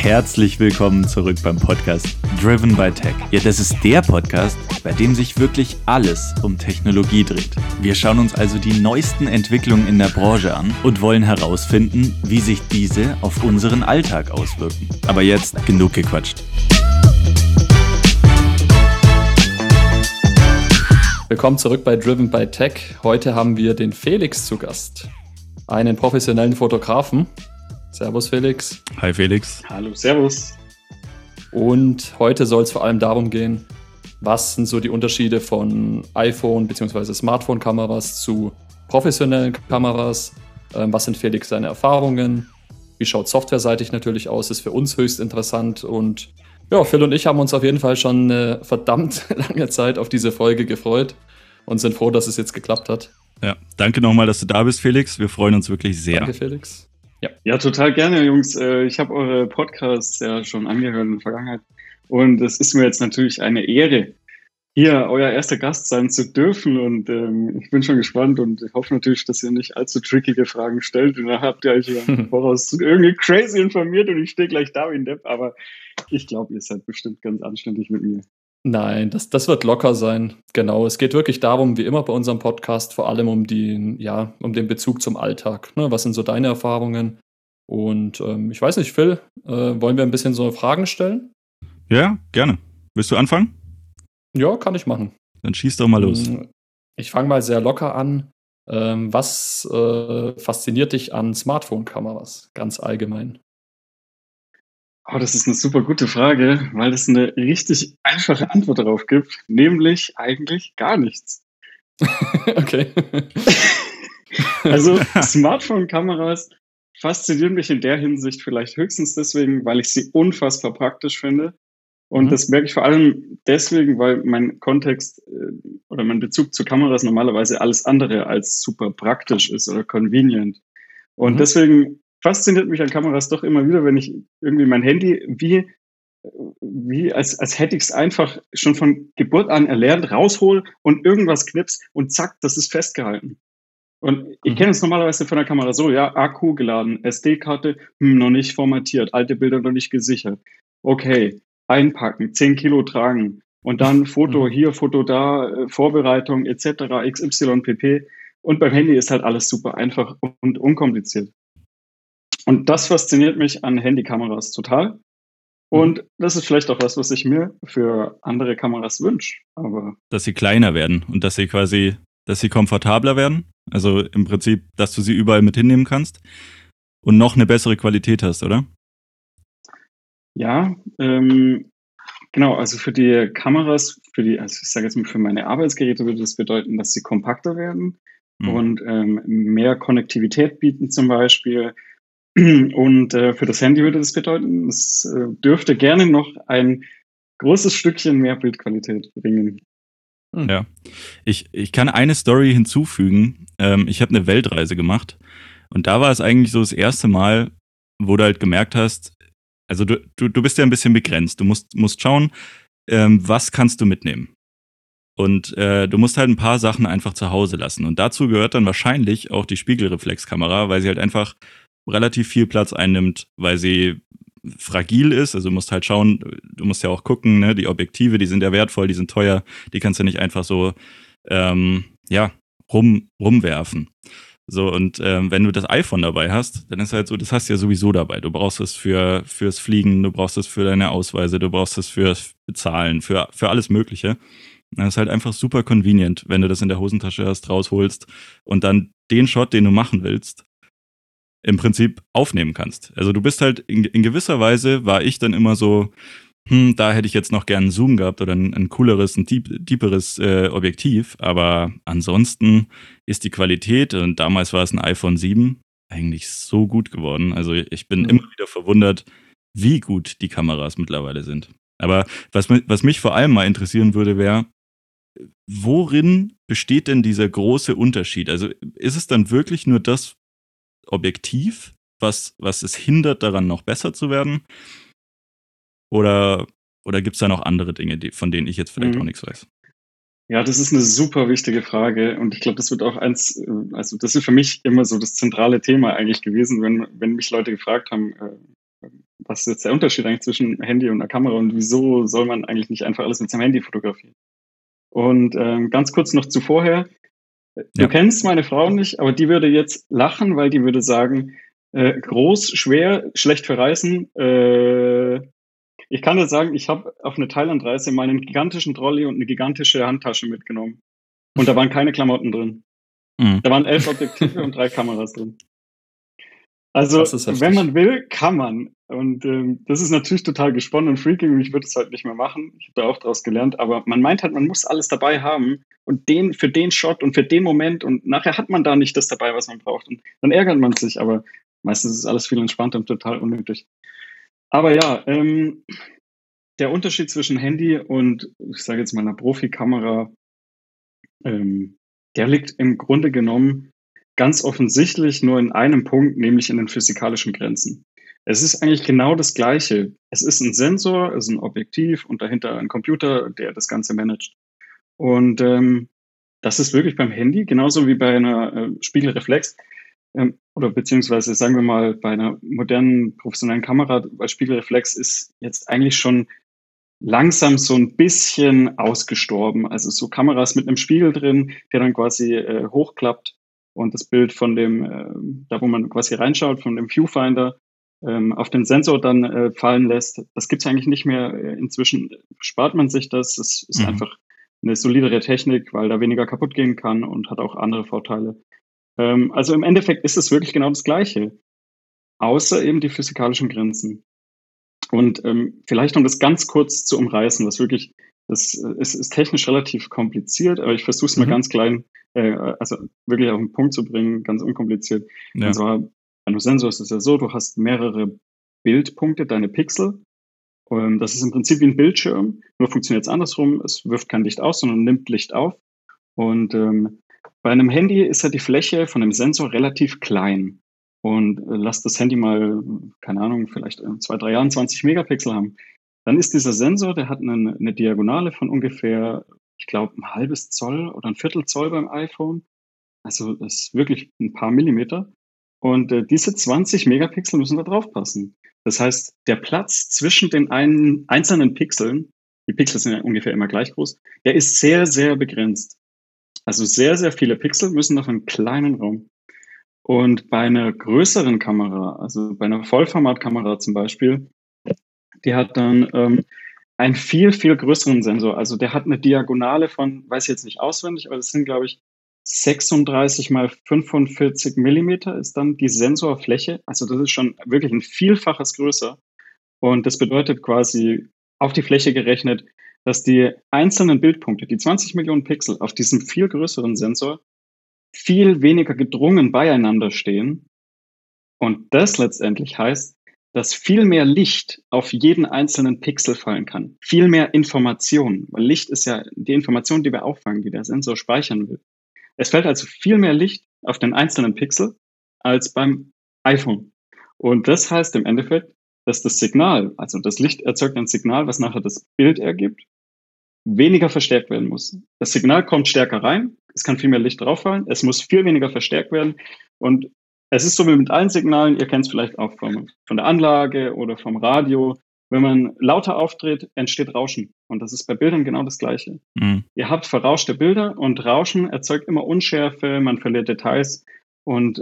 herzlich willkommen zurück beim Podcast Driven by Tech. Ja, das ist der Podcast, bei dem sich wirklich alles um Technologie dreht. Wir schauen uns also die neuesten Entwicklungen in der Branche an und wollen herausfinden, wie sich diese auf unseren Alltag auswirken. Aber jetzt genug gequatscht. Willkommen zurück bei Driven by Tech. Heute haben wir den Felix zu Gast, einen professionellen Fotografen. Servus Felix. Hi Felix. Hallo, servus. Und heute soll es vor allem darum gehen, was sind so die Unterschiede von iPhone- bzw. Smartphone-Kameras zu professionellen Kameras? Was sind Felix seine Erfahrungen? Wie schaut softwareseitig natürlich aus? Ist für uns höchst interessant. Und ja, Phil und ich haben uns auf jeden Fall schon eine verdammt lange Zeit auf diese Folge gefreut und sind froh, dass es jetzt geklappt hat. Ja, danke nochmal, dass du da bist, Felix. Wir freuen uns wirklich sehr. Danke, Felix. Ja, total gerne, Jungs. Ich habe eure Podcasts ja schon angehört in der Vergangenheit und es ist mir jetzt natürlich eine Ehre, hier euer erster Gast sein zu dürfen und ich bin schon gespannt und ich hoffe natürlich, dass ihr nicht allzu trickige Fragen stellt und da habt ihr euch ja voraus irgendwie crazy informiert und ich stehe gleich da wie ein Depp, aber ich glaube, ihr seid bestimmt ganz anständig mit mir. Nein, das wird locker sein. Genau, es geht wirklich darum, wie immer bei unserem Podcast, vor allem um den Bezug zum Alltag. Ne? Was sind so deine Erfahrungen? Und ich weiß nicht, Phil, wollen wir ein bisschen so Fragen stellen? Ja, gerne. Willst du anfangen? Ja, kann ich machen. Dann schieß doch mal los. Ich fange mal sehr locker an. Was fasziniert dich an Smartphone-Kameras, ganz allgemein? Oh, das ist eine super gute Frage, weil es eine richtig einfache Antwort darauf gibt, nämlich eigentlich gar nichts. Okay. Also Smartphone-Kameras faszinieren mich in der Hinsicht vielleicht höchstens deswegen, weil ich sie unfassbar praktisch finde. Und das merke ich vor allem deswegen, weil mein Kontext oder mein Bezug zu Kameras normalerweise alles andere als super praktisch ist oder convenient. Und deswegen fasziniert mich an Kameras doch immer wieder, wenn ich irgendwie mein Handy wie als hätte ich es einfach schon von Geburt an erlernt, raushol und irgendwas knips und zack, das ist festgehalten. Und ich kenne es normalerweise von der Kamera so, ja, Akku geladen, SD-Karte, noch nicht formatiert, alte Bilder noch nicht gesichert. Okay, einpacken, 10 Kilo tragen und dann Foto hier, Foto da, Vorbereitung etc., XY, pp. Und beim Handy ist halt alles super einfach und unkompliziert. Und das fasziniert mich an Handykameras total. Und das ist vielleicht auch was ich mir für andere Kameras wünsche. Aber dass sie kleiner werden und dass sie komfortabler werden. Also im Prinzip, dass du sie überall mit hinnehmen kannst und noch eine bessere Qualität hast, oder? Ja, genau. Also für die Kameras, also ich sage jetzt mal für meine Arbeitsgeräte würde das bedeuten, dass sie kompakter werden und mehr Konnektivität bieten zum Beispiel. Und für das Handy würde das bedeuten, es dürfte gerne noch ein großes Stückchen mehr Bildqualität bringen. Ja, ich kann eine Story hinzufügen. Ich habe eine Weltreise gemacht und da war es eigentlich so das erste Mal, wo du halt gemerkt hast, also du bist ja ein bisschen begrenzt. Du musst schauen, was kannst du mitnehmen. Und du musst halt ein paar Sachen einfach zu Hause lassen. Und dazu gehört dann wahrscheinlich auch die Spiegelreflexkamera, weil sie halt einfach relativ viel Platz einnimmt, weil sie fragil ist. Also du musst halt schauen, du musst ja auch gucken, ne? Die Objektive, die sind ja wertvoll, die sind teuer, die kannst du nicht einfach so rumwerfen. So, und wenn du das iPhone dabei hast, dann ist halt so, das hast du ja sowieso dabei. Du brauchst es fürs Fliegen, du brauchst es für deine Ausweise, du brauchst es fürs Bezahlen, für alles Mögliche. Das ist halt einfach super convenient, wenn du das in der Hosentasche hast, rausholst und dann den Shot, den du machen willst, im Prinzip aufnehmen kannst. Also du bist halt, in gewisser Weise war ich dann immer so, da hätte ich jetzt noch gern einen Zoom gehabt oder ein cooleres, ein deeperes Objektiv, aber ansonsten ist die Qualität, und damals war es ein iPhone 7, eigentlich so gut geworden. Also ich bin immer wieder verwundert, wie gut die Kameras mittlerweile sind. Aber was mich vor allem mal interessieren würde, wäre, worin besteht denn dieser große Unterschied? Also ist es dann wirklich nur das Objektiv, was es hindert, daran noch besser zu werden? Oder gibt es da noch andere Dinge, von denen ich jetzt vielleicht auch nichts weiß? Ja, das ist eine super wichtige Frage und ich glaube, das wird auch also das ist für mich immer so das zentrale Thema eigentlich gewesen, wenn mich Leute gefragt haben, was ist jetzt der Unterschied eigentlich zwischen Handy und einer Kamera und wieso soll man eigentlich nicht einfach alles mit seinem Handy fotografieren? Und ganz kurz noch zuvorher, du kennst meine Frau nicht, aber die würde jetzt lachen, weil die würde sagen, groß, schwer, schlecht für Reisen. Ich kann dir sagen, ich habe auf eine Thailandreise meinen gigantischen Trolley und eine gigantische Handtasche mitgenommen. Und da waren keine Klamotten drin. Da waren 11 Objektive und 3 Kameras drin. Also, wenn man will, kann man. Und das ist natürlich total gesponnen und freaking und ich würde es halt nicht mehr machen. Ich habe da auch daraus gelernt. Aber man meint halt, man muss alles dabei haben und für den Shot und für den Moment und nachher hat man da nicht das dabei, was man braucht. Und dann ärgert man sich, aber meistens ist alles viel entspannter und total unnötig. Aber ja, der Unterschied zwischen Handy und, ich sage jetzt mal, einer Profikamera, der liegt im Grunde genommen ganz offensichtlich nur in einem Punkt, nämlich in den physikalischen Grenzen. Es ist eigentlich genau das Gleiche. Es ist ein Sensor, es ist ein Objektiv und dahinter ein Computer, der das Ganze managt. Und das ist wirklich beim Handy genauso wie bei einer Spiegelreflex oder beziehungsweise sagen wir mal bei einer modernen professionellen Kamera, weil Spiegelreflex ist jetzt eigentlich schon langsam so ein bisschen ausgestorben. Also so Kameras mit einem Spiegel drin, der dann quasi hochklappt und das Bild von dem, da wo man quasi reinschaut, von dem Viewfinder auf den Sensor dann fallen lässt. Das gibt's eigentlich nicht mehr. Inzwischen spart man sich das. Es ist einfach eine solidere Technik, weil da weniger kaputt gehen kann und hat auch andere Vorteile. Also im Endeffekt ist es wirklich genau das Gleiche, außer eben die physikalischen Grenzen. Und vielleicht um das ganz kurz zu umreißen, was wirklich, das ist technisch relativ kompliziert, aber ich versuche es mal ganz klein, also wirklich auf den Punkt zu bringen, ganz unkompliziert. Und zwar, bei einem Sensor ist es ja so, du hast mehrere Bildpunkte, deine Pixel. Das ist im Prinzip wie ein Bildschirm, nur funktioniert es andersrum. Es wirft kein Licht aus, sondern nimmt Licht auf. Und bei einem Handy ist ja die Fläche von dem Sensor relativ klein. Und lass das Handy mal, keine Ahnung, vielleicht in 2-3 Jahren 20 Megapixel haben. Dann ist dieser Sensor, der hat eine Diagonale von ungefähr, ich glaube, ein halbes Zoll oder ein Viertel Zoll beim iPhone. Also das ist wirklich ein paar Millimeter. Und diese 20 Megapixel müssen da drauf passen. Das heißt, der Platz zwischen den einzelnen Pixeln, die Pixel sind ja ungefähr immer gleich groß, der ist sehr, sehr begrenzt. Also sehr, sehr viele Pixel müssen auf einen kleinen Raum. Und bei einer größeren Kamera, also bei einer Vollformatkamera zum Beispiel, die hat dann einen viel, viel größeren Sensor. Also der hat eine Diagonale von, weiß ich jetzt nicht auswendig, aber das sind, glaube ich, 36 mal 45 Millimeter ist dann die Sensorfläche. Also das ist schon wirklich ein Vielfaches größer. Und das bedeutet quasi auf die Fläche gerechnet, dass die einzelnen Bildpunkte, die 20 Millionen Pixel auf diesem viel größeren Sensor, viel weniger gedrungen beieinander stehen. Und das letztendlich heißt, dass viel mehr Licht auf jeden einzelnen Pixel fallen kann. Viel mehr Information, weil Licht ist ja die Information, die wir auffangen, die der Sensor speichern will. Es fällt also viel mehr Licht auf den einzelnen Pixel als beim iPhone. Und das heißt im Endeffekt, dass das Signal, also das Licht erzeugt ein Signal, was nachher das Bild ergibt, weniger verstärkt werden muss. Das Signal kommt stärker rein, es kann viel mehr Licht drauf fallen, es muss viel weniger verstärkt werden und es ist so wie mit allen Signalen, ihr kennt es vielleicht auch von der Anlage oder vom Radio, wenn man lauter aufdreht, entsteht Rauschen und das ist bei Bildern genau das Gleiche. Ihr habt verrauschte Bilder und Rauschen erzeugt immer Unschärfe, man verliert Details und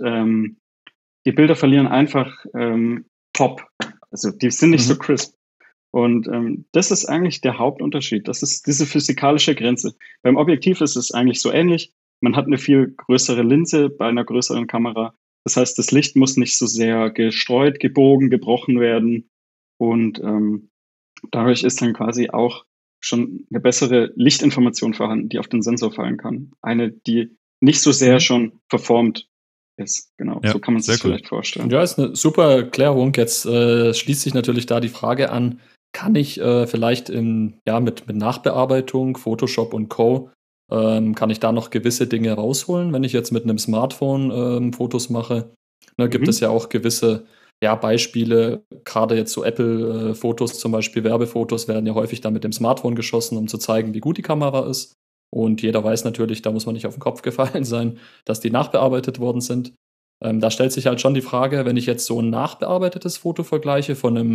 die Bilder verlieren einfach Pop, also die sind nicht so crisp. Und das ist eigentlich der Hauptunterschied. Das ist diese physikalische Grenze. Beim Objektiv ist es eigentlich so ähnlich. Man hat eine viel größere Linse bei einer größeren Kamera. Das heißt, das Licht muss nicht so sehr gestreut, gebogen, gebrochen werden. Und dadurch ist dann quasi auch schon eine bessere Lichtinformation vorhanden, die auf den Sensor fallen kann. Eine, die nicht so sehr schon verformt ist. Genau, ja, so kann man sich vielleicht vorstellen. Ja, ist eine super Erklärung. Jetzt schließt sich natürlich da die Frage an, kann ich vielleicht mit Nachbearbeitung, Photoshop und Co., kann ich da noch gewisse Dinge rausholen, wenn ich jetzt mit einem Smartphone Fotos mache? Ne, gibt es ja auch gewisse Beispiele, gerade jetzt so Apple-Fotos zum Beispiel, Werbefotos werden ja häufig dann mit dem Smartphone geschossen, um zu zeigen, wie gut die Kamera ist. Und jeder weiß natürlich, da muss man nicht auf den Kopf gefallen sein, dass die nachbearbeitet worden sind. Da stellt sich halt schon die Frage, wenn ich jetzt so ein nachbearbeitetes Foto vergleiche von einem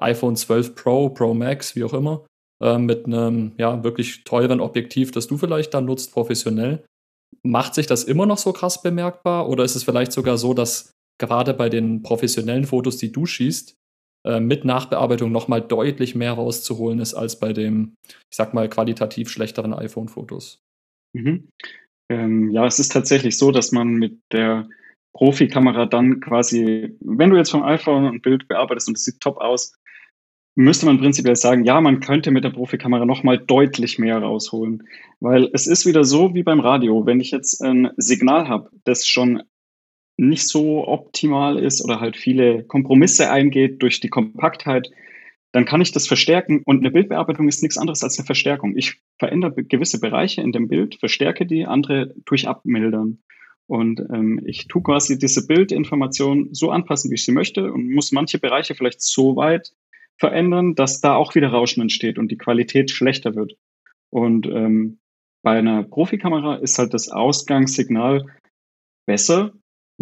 iPhone 12 Pro, Pro Max, wie auch immer, mit einem wirklich teuren Objektiv, das du vielleicht dann nutzt, professionell. Macht sich das immer noch so krass bemerkbar oder ist es vielleicht sogar so, dass gerade bei den professionellen Fotos, die du schießt, mit Nachbearbeitung noch mal deutlich mehr rauszuholen ist als bei dem, ich sag mal, qualitativ schlechteren iPhone-Fotos? Mhm. Ja, es ist tatsächlich so, dass man mit der Profikamera dann quasi, wenn du jetzt vom iPhone ein Bild bearbeitest und es sieht top aus, müsste man prinzipiell sagen, ja, man könnte mit der Profikamera noch mal deutlich mehr rausholen. Weil es ist wieder so wie beim Radio. Wenn ich jetzt ein Signal habe, das schon nicht so optimal ist oder halt viele Kompromisse eingeht durch die Kompaktheit, dann kann ich das verstärken und eine Bildbearbeitung ist nichts anderes als eine Verstärkung. Ich verändere gewisse Bereiche in dem Bild, verstärke die, andere tue ich abmildern. Und ich tue quasi diese Bildinformation so anpassen, wie ich sie möchte und muss manche Bereiche vielleicht so weit verändern, dass da auch wieder Rauschen entsteht und die Qualität schlechter wird. Und bei einer Profikamera ist halt das Ausgangssignal besser,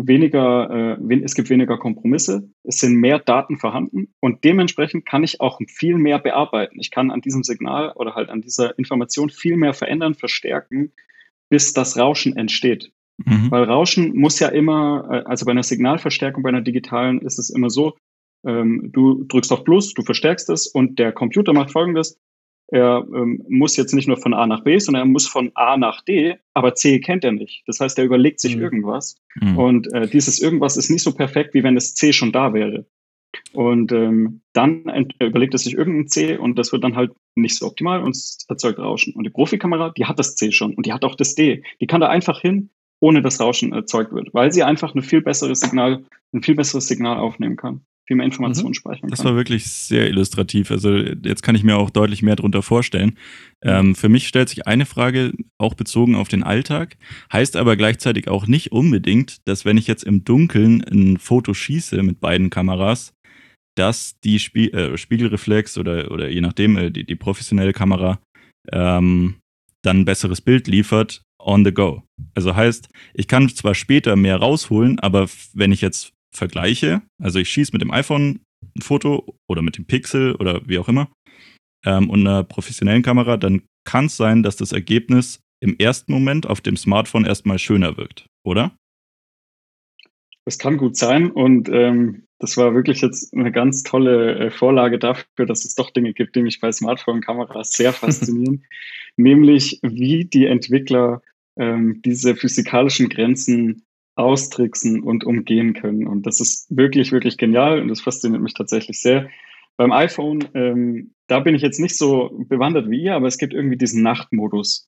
es gibt weniger Kompromisse, es sind mehr Daten vorhanden und dementsprechend kann ich auch viel mehr bearbeiten. Ich kann an diesem Signal oder halt an dieser Information viel mehr verändern, verstärken, bis das Rauschen entsteht. Weil Rauschen muss ja immer, also bei einer Signalverstärkung, bei einer digitalen ist es immer so, du drückst auf Plus, du verstärkst es und der Computer macht Folgendes. Er muss jetzt nicht nur von A nach B, sondern er muss von A nach D, aber C kennt er nicht. Das heißt, er überlegt sich irgendwas. Und dieses irgendwas ist nicht so perfekt, wie wenn das C schon da wäre. Und dann überlegt er sich irgendein C und das wird dann halt nicht so optimal und es erzeugt Rauschen. Und die Profikamera, die hat das C schon und die hat auch das D. Die kann da einfach hin, ohne dass Rauschen erzeugt wird, weil sie einfach ein viel besseres Signal aufnehmen kann. Viel mehr Informationen speichern kann. Das war wirklich sehr illustrativ. Also jetzt kann ich mir auch deutlich mehr darunter vorstellen. Für mich stellt sich eine Frage, auch bezogen auf den Alltag, heißt aber gleichzeitig auch nicht unbedingt, dass wenn ich jetzt im Dunkeln ein Foto schieße mit beiden Kameras, dass die Spiegelreflex oder je nachdem die professionelle Kamera dann ein besseres Bild liefert on the go. Also heißt, ich kann zwar später mehr rausholen, aber wenn ich jetzt vergleiche, also ich schieße mit dem iPhone ein Foto oder mit dem Pixel oder wie auch immer und einer professionellen Kamera, dann kann es sein, dass das Ergebnis im ersten Moment auf dem Smartphone erstmal schöner wirkt, oder? Das kann gut sein und das war wirklich jetzt eine ganz tolle Vorlage dafür, dass es doch Dinge gibt, die mich bei Smartphone-Kameras sehr faszinieren, nämlich wie die Entwickler diese physikalischen Grenzen austricksen und umgehen können. Und das ist wirklich, wirklich genial und das fasziniert mich tatsächlich sehr. Beim iPhone, da bin ich jetzt nicht so bewandert wie ihr, aber es gibt irgendwie diesen Nachtmodus.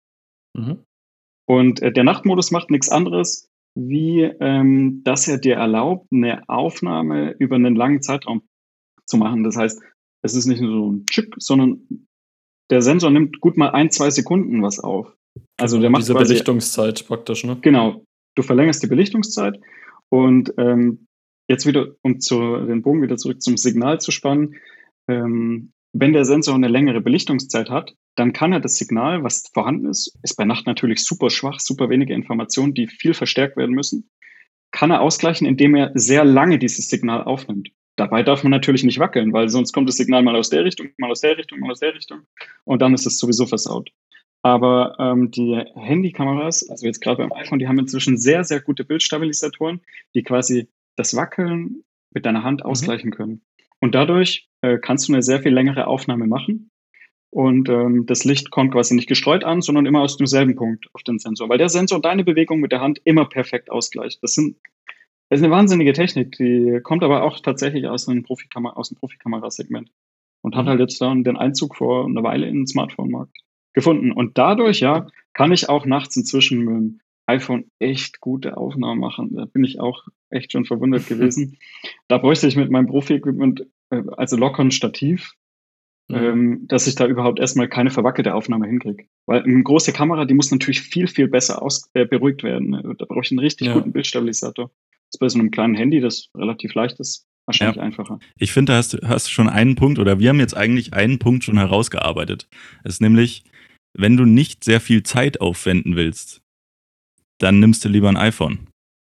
Und der Nachtmodus macht nichts anderes, wie dass er dir erlaubt, eine Aufnahme über einen langen Zeitraum zu machen. Das heißt, es ist nicht nur so ein Tschick, sondern der Sensor nimmt gut mal 1-2 Sekunden was auf. Also der macht diese quasi Belichtungszeit praktisch, ne? Genau. Du verlängerst die Belichtungszeit und jetzt wieder, um den Bogen wieder zurück zum Signal zu spannen, wenn der Sensor eine längere Belichtungszeit hat, dann kann er das Signal, was vorhanden ist bei Nacht natürlich super schwach, super wenige Informationen, die viel verstärkt werden müssen, kann er ausgleichen, indem er sehr lange dieses Signal aufnimmt. Dabei darf man natürlich nicht wackeln, weil sonst kommt das Signal mal aus der Richtung, mal aus der Richtung, mal aus der Richtung und dann ist es sowieso versaut. Aber die Handykameras, also jetzt gerade beim iPhone, die haben inzwischen sehr, sehr gute Bildstabilisatoren, die quasi das Wackeln mit deiner Hand ausgleichen können. Und dadurch kannst du eine sehr viel längere Aufnahme machen. Und das Licht kommt quasi nicht gestreut an, sondern immer aus demselben Punkt auf den Sensor, weil der Sensor deine Bewegung mit der Hand immer perfekt ausgleicht. Das ist eine wahnsinnige Technik, die kommt aber auch tatsächlich aus dem Profikamerasegment und hat halt jetzt dann den Einzug vor einer Weile in den Smartphone-Markt gefunden. Und dadurch, ja, kann ich auch nachts inzwischen mit dem iPhone echt gute Aufnahmen machen. Da bin ich auch echt schon verwundert gewesen. Da bräuchte ich mit meinem Profi-Equipment also locker ein Stativ, dass ich da überhaupt erstmal keine verwackelte Aufnahme hinkriege. Weil eine große Kamera, die muss natürlich viel, viel besser beruhigt werden. Da brauche ich einen richtig guten Bildstabilisator. Das ist bei so einem kleinen Handy, das relativ leicht ist, wahrscheinlich einfacher. Ich finde, da hast du schon einen Punkt, oder wir haben jetzt eigentlich einen Punkt schon herausgearbeitet. Es ist nämlich, wenn du nicht sehr viel Zeit aufwenden willst, dann nimmst du lieber ein iPhone.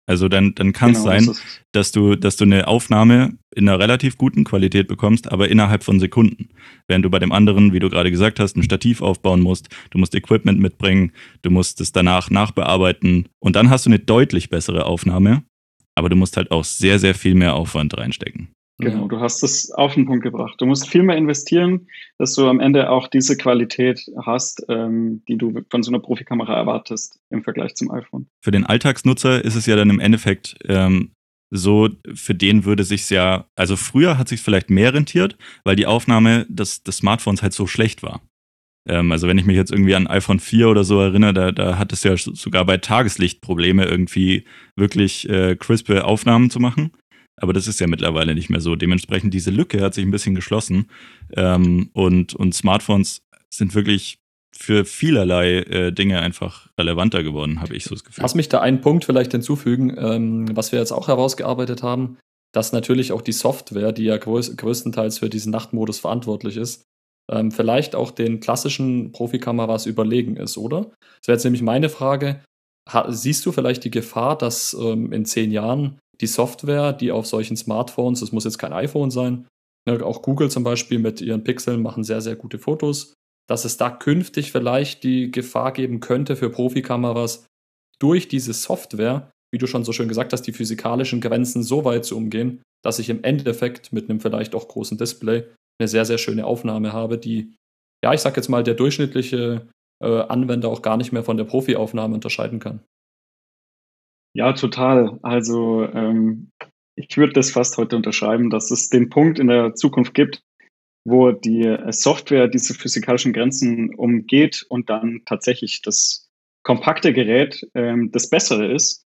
Also dann kann es Genau, sein, dass du eine Aufnahme in einer relativ guten Qualität bekommst, aber innerhalb von Sekunden. Während du bei dem anderen, wie du gerade gesagt hast, ein Stativ aufbauen musst, du musst Equipment mitbringen, du musst es danach nachbearbeiten und dann hast du eine deutlich bessere Aufnahme, aber du musst halt auch sehr, sehr viel mehr Aufwand reinstecken. Genau, du hast es auf den Punkt gebracht. Du musst viel mehr investieren, dass du am Ende auch diese Qualität hast, die du von so einer Profikamera erwartest im Vergleich zum iPhone. Für den Alltagsnutzer ist es ja dann im Endeffekt so, für den würde sich's ja, also früher hat sich's vielleicht mehr rentiert, weil die Aufnahme des Smartphones halt so schlecht war. Also wenn ich mich jetzt irgendwie an iPhone 4 oder so erinnere, da hat es ja sogar bei Tageslicht Probleme, irgendwie wirklich crispe Aufnahmen zu machen. Aber das ist ja mittlerweile nicht mehr so. Dementsprechend diese Lücke hat sich ein bisschen geschlossen. Und Smartphones sind wirklich für vielerlei Dinge einfach relevanter geworden, habe ich so das Gefühl. Lass mich da einen Punkt vielleicht hinzufügen, was wir jetzt auch herausgearbeitet haben, dass natürlich auch die Software, die ja größtenteils für diesen Nachtmodus verantwortlich ist, vielleicht auch den klassischen Profikameras überlegen ist, oder? Das wäre jetzt nämlich meine Frage. Siehst du vielleicht die Gefahr, dass in 10 Jahren die Software, die auf solchen Smartphones, das muss jetzt kein iPhone sein, auch Google zum Beispiel mit ihren Pixeln machen sehr, sehr gute Fotos, dass es da künftig vielleicht die Gefahr geben könnte für Profikameras, durch diese Software, wie du schon so schön gesagt hast, die physikalischen Grenzen so weit zu umgehen, dass ich im Endeffekt mit einem vielleicht auch großen Display eine sehr, sehr schöne Aufnahme habe, die, ja, ich sag jetzt mal, der durchschnittliche Anwender auch gar nicht mehr von der Profi-Aufnahme unterscheiden kann. Ja, total. Also ich würde das fast heute unterschreiben, dass es den Punkt in der Zukunft gibt, wo die Software diese physikalischen Grenzen umgeht und dann tatsächlich das kompakte Gerät das Bessere ist,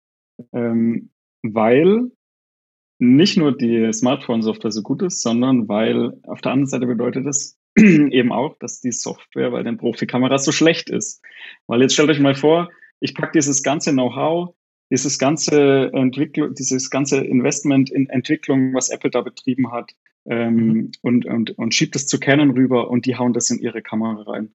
weil nicht nur die Smartphone-Software so gut ist, sondern weil auf der anderen Seite bedeutet es eben auch, dass die Software bei den Profikameras so schlecht ist. Weil jetzt stellt euch mal vor, ich packe dieses ganze Know-how, dieses ganze Investment in Entwicklung, was Apple da betrieben hat, und schiebt es zu Canon rüber und die hauen das in ihre Kamera rein.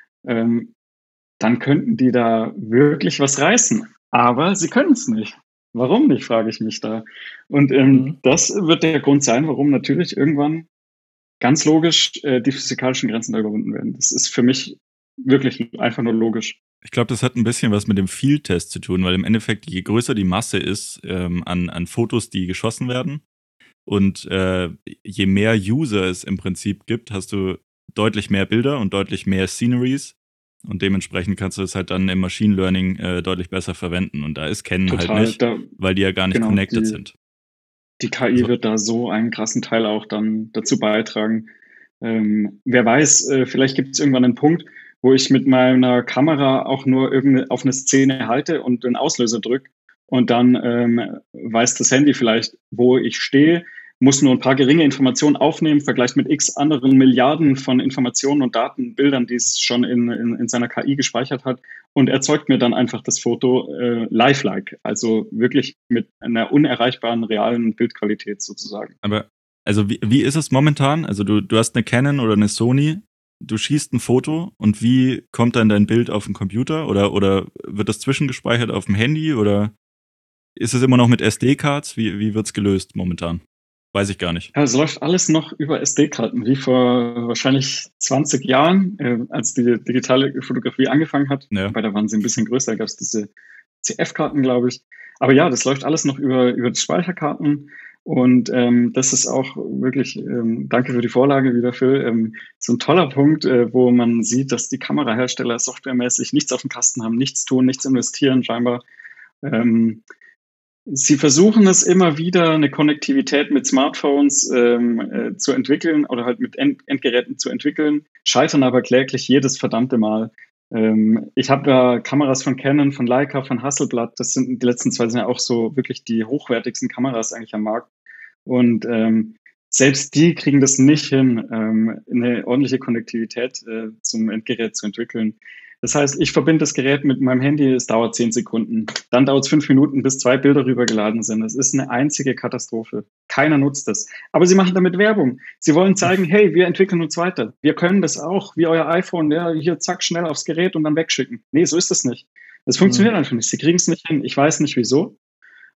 Dann könnten die da wirklich was reißen. Aber sie können es nicht. Warum nicht, frage ich mich da. Und das wird der Grund sein, warum natürlich irgendwann ganz logisch die physikalischen Grenzen da überwunden werden. Das ist für mich wirklich einfach nur logisch. Ich glaube, das hat ein bisschen was mit dem Field-Test zu tun, weil im Endeffekt, je größer die Masse ist an Fotos, die geschossen werden, und je mehr User es im Prinzip gibt, hast du deutlich mehr Bilder und deutlich mehr Sceneries. Und dementsprechend kannst du es halt dann im Machine Learning deutlich besser verwenden. Und da ist Canon Total, halt nicht, weil die ja gar nicht connected sind. Die KI wird da so einen krassen Teil auch dann dazu beitragen. Wer weiß, vielleicht gibt es irgendwann einen Punkt, wo ich mit meiner Kamera auch nur auf eine Szene halte und den Auslöser drücke und dann weiß das Handy vielleicht, wo ich stehe, muss nur ein paar geringe Informationen aufnehmen, vergleicht mit x anderen Milliarden von Informationen und Daten, Bildern, die es schon in seiner KI gespeichert hat und erzeugt mir dann einfach das Foto lifelike, also wirklich mit einer unerreichbaren realen Bildqualität sozusagen. Aber also wie ist es momentan? Also du hast eine Canon oder eine Sony, du schießt ein Foto und wie kommt dann dein Bild auf den Computer oder wird das zwischengespeichert auf dem Handy oder ist es immer noch mit SD-Cards? Wie wird's gelöst momentan? Weiß ich gar nicht. Ja, es läuft alles noch über SD-Karten, wie vor wahrscheinlich 20 Jahren, als die digitale Fotografie angefangen hat. Ja. Wobei da waren sie ein bisschen größer, da gab es diese CF-Karten, glaube ich. Aber ja, das läuft alles noch über die Speicherkarten. Und das ist auch wirklich, danke für die Vorlage wieder, Phil, so ein toller Punkt, wo man sieht, dass die Kamerahersteller softwaremäßig nichts auf dem Kasten haben, nichts tun, nichts investieren scheinbar. Sie versuchen es immer wieder, eine Konnektivität mit Smartphones zu entwickeln oder halt mit Endgeräten zu entwickeln, scheitern aber kläglich jedes verdammte Mal. Ich habe da Kameras von Canon, von Leica, von Hasselblad. Das sind die letzten zwei sind ja auch so wirklich die hochwertigsten Kameras eigentlich am Markt. Und selbst die kriegen das nicht hin, eine ordentliche Konnektivität zum Endgerät zu entwickeln. Das heißt, ich verbinde das Gerät mit meinem Handy, es dauert 10 Sekunden. Dann dauert es 5 Minuten, bis 2 Bilder rübergeladen sind. Es ist eine einzige Katastrophe. Keiner nutzt das. Aber sie machen damit Werbung. Sie wollen zeigen, hey, wir entwickeln uns weiter. Wir können das auch, wie euer iPhone, ja, hier zack, schnell aufs Gerät und dann wegschicken. Nee, so ist das nicht. Das funktioniert einfach nicht. Sie kriegen es nicht hin. Ich weiß nicht, wieso.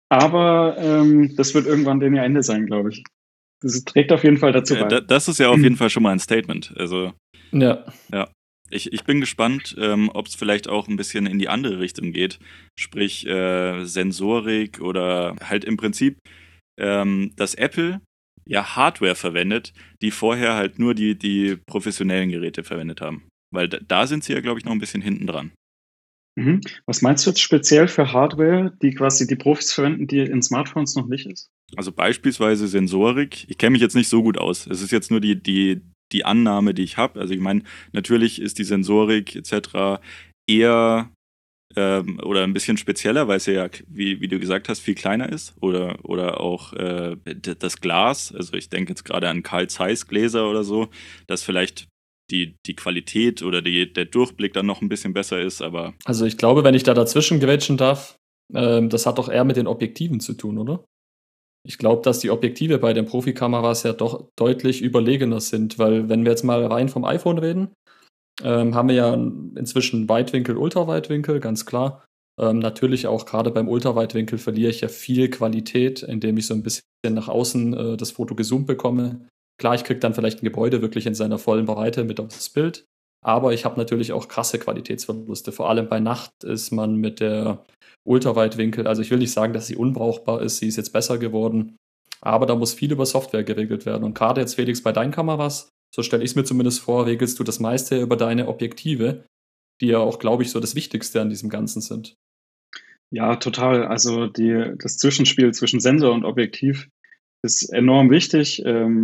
Aber das wird irgendwann denn ihr Ende sein, glaube ich. Das trägt auf jeden Fall dazu bei. Das ist ja auf jeden Fall schon mal ein Statement. Also, Ja. ja. Ich bin gespannt, ob es vielleicht auch ein bisschen in die andere Richtung geht. Sprich, Sensorik oder halt im Prinzip, dass Apple ja Hardware verwendet, die vorher halt nur die professionellen Geräte verwendet haben. Weil da sind sie ja, glaube ich, noch ein bisschen hinten dran. Mhm. Was meinst du jetzt speziell für Hardware, die quasi die Profis verwenden, die in Smartphones noch nicht ist? Also beispielsweise Sensorik. Ich kenne mich jetzt nicht so gut aus. Es ist jetzt nur die Annahme, die ich habe. Also ich meine, natürlich ist die Sensorik etc. eher oder ein bisschen spezieller, weil es ja, wie du gesagt hast, viel kleiner ist. Oder auch das Glas. Also ich denke jetzt gerade an Carl Zeiss Gläser oder so, dass vielleicht die Qualität oder der Durchblick dann noch ein bisschen besser ist, aber Also ich glaube, wenn ich da dazwischen grätschen darf, das hat doch eher mit den Objektiven zu tun, oder? Ich glaube, dass die Objektive bei den Profikameras ja doch deutlich überlegener sind, weil wenn wir jetzt mal rein vom iPhone reden, haben wir ja inzwischen Weitwinkel, Ultraweitwinkel, ganz klar. Natürlich auch gerade beim Ultraweitwinkel verliere ich ja viel Qualität, indem ich so ein bisschen nach außen das Foto gezoomt bekomme. Klar, ich kriege dann vielleicht ein Gebäude wirklich in seiner vollen Breite mit aufs Bild, aber ich habe natürlich auch krasse Qualitätsverluste. Vor allem bei Nacht ist man mit der Ultraweitwinkel, also ich will nicht sagen, dass sie unbrauchbar ist, sie ist jetzt besser geworden, aber da muss viel über Software geregelt werden. Und gerade jetzt, Felix, bei deinen Kameras, so stelle ich es mir zumindest vor, regelst du das meiste über deine Objektive, die ja auch, glaube ich, so das Wichtigste an diesem Ganzen sind. Ja, total. Also das Zwischenspiel zwischen Sensor und Objektiv ist enorm wichtig.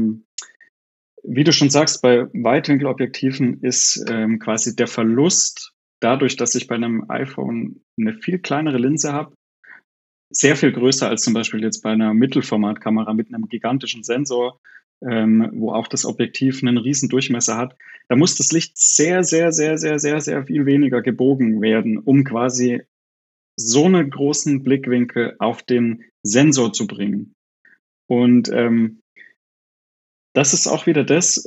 Wie du schon sagst, bei Weitwinkelobjektiven ist quasi der Verlust dadurch, dass ich bei einem iPhone eine viel kleinere Linse habe, sehr viel größer als zum Beispiel jetzt bei einer Mittelformatkamera mit einem gigantischen Sensor, wo auch das Objektiv einen riesen Durchmesser hat. Da muss das Licht sehr, sehr, sehr, sehr, sehr, sehr viel weniger gebogen werden, um quasi so einen großen Blickwinkel auf den Sensor zu bringen. Und das ist auch wieder das,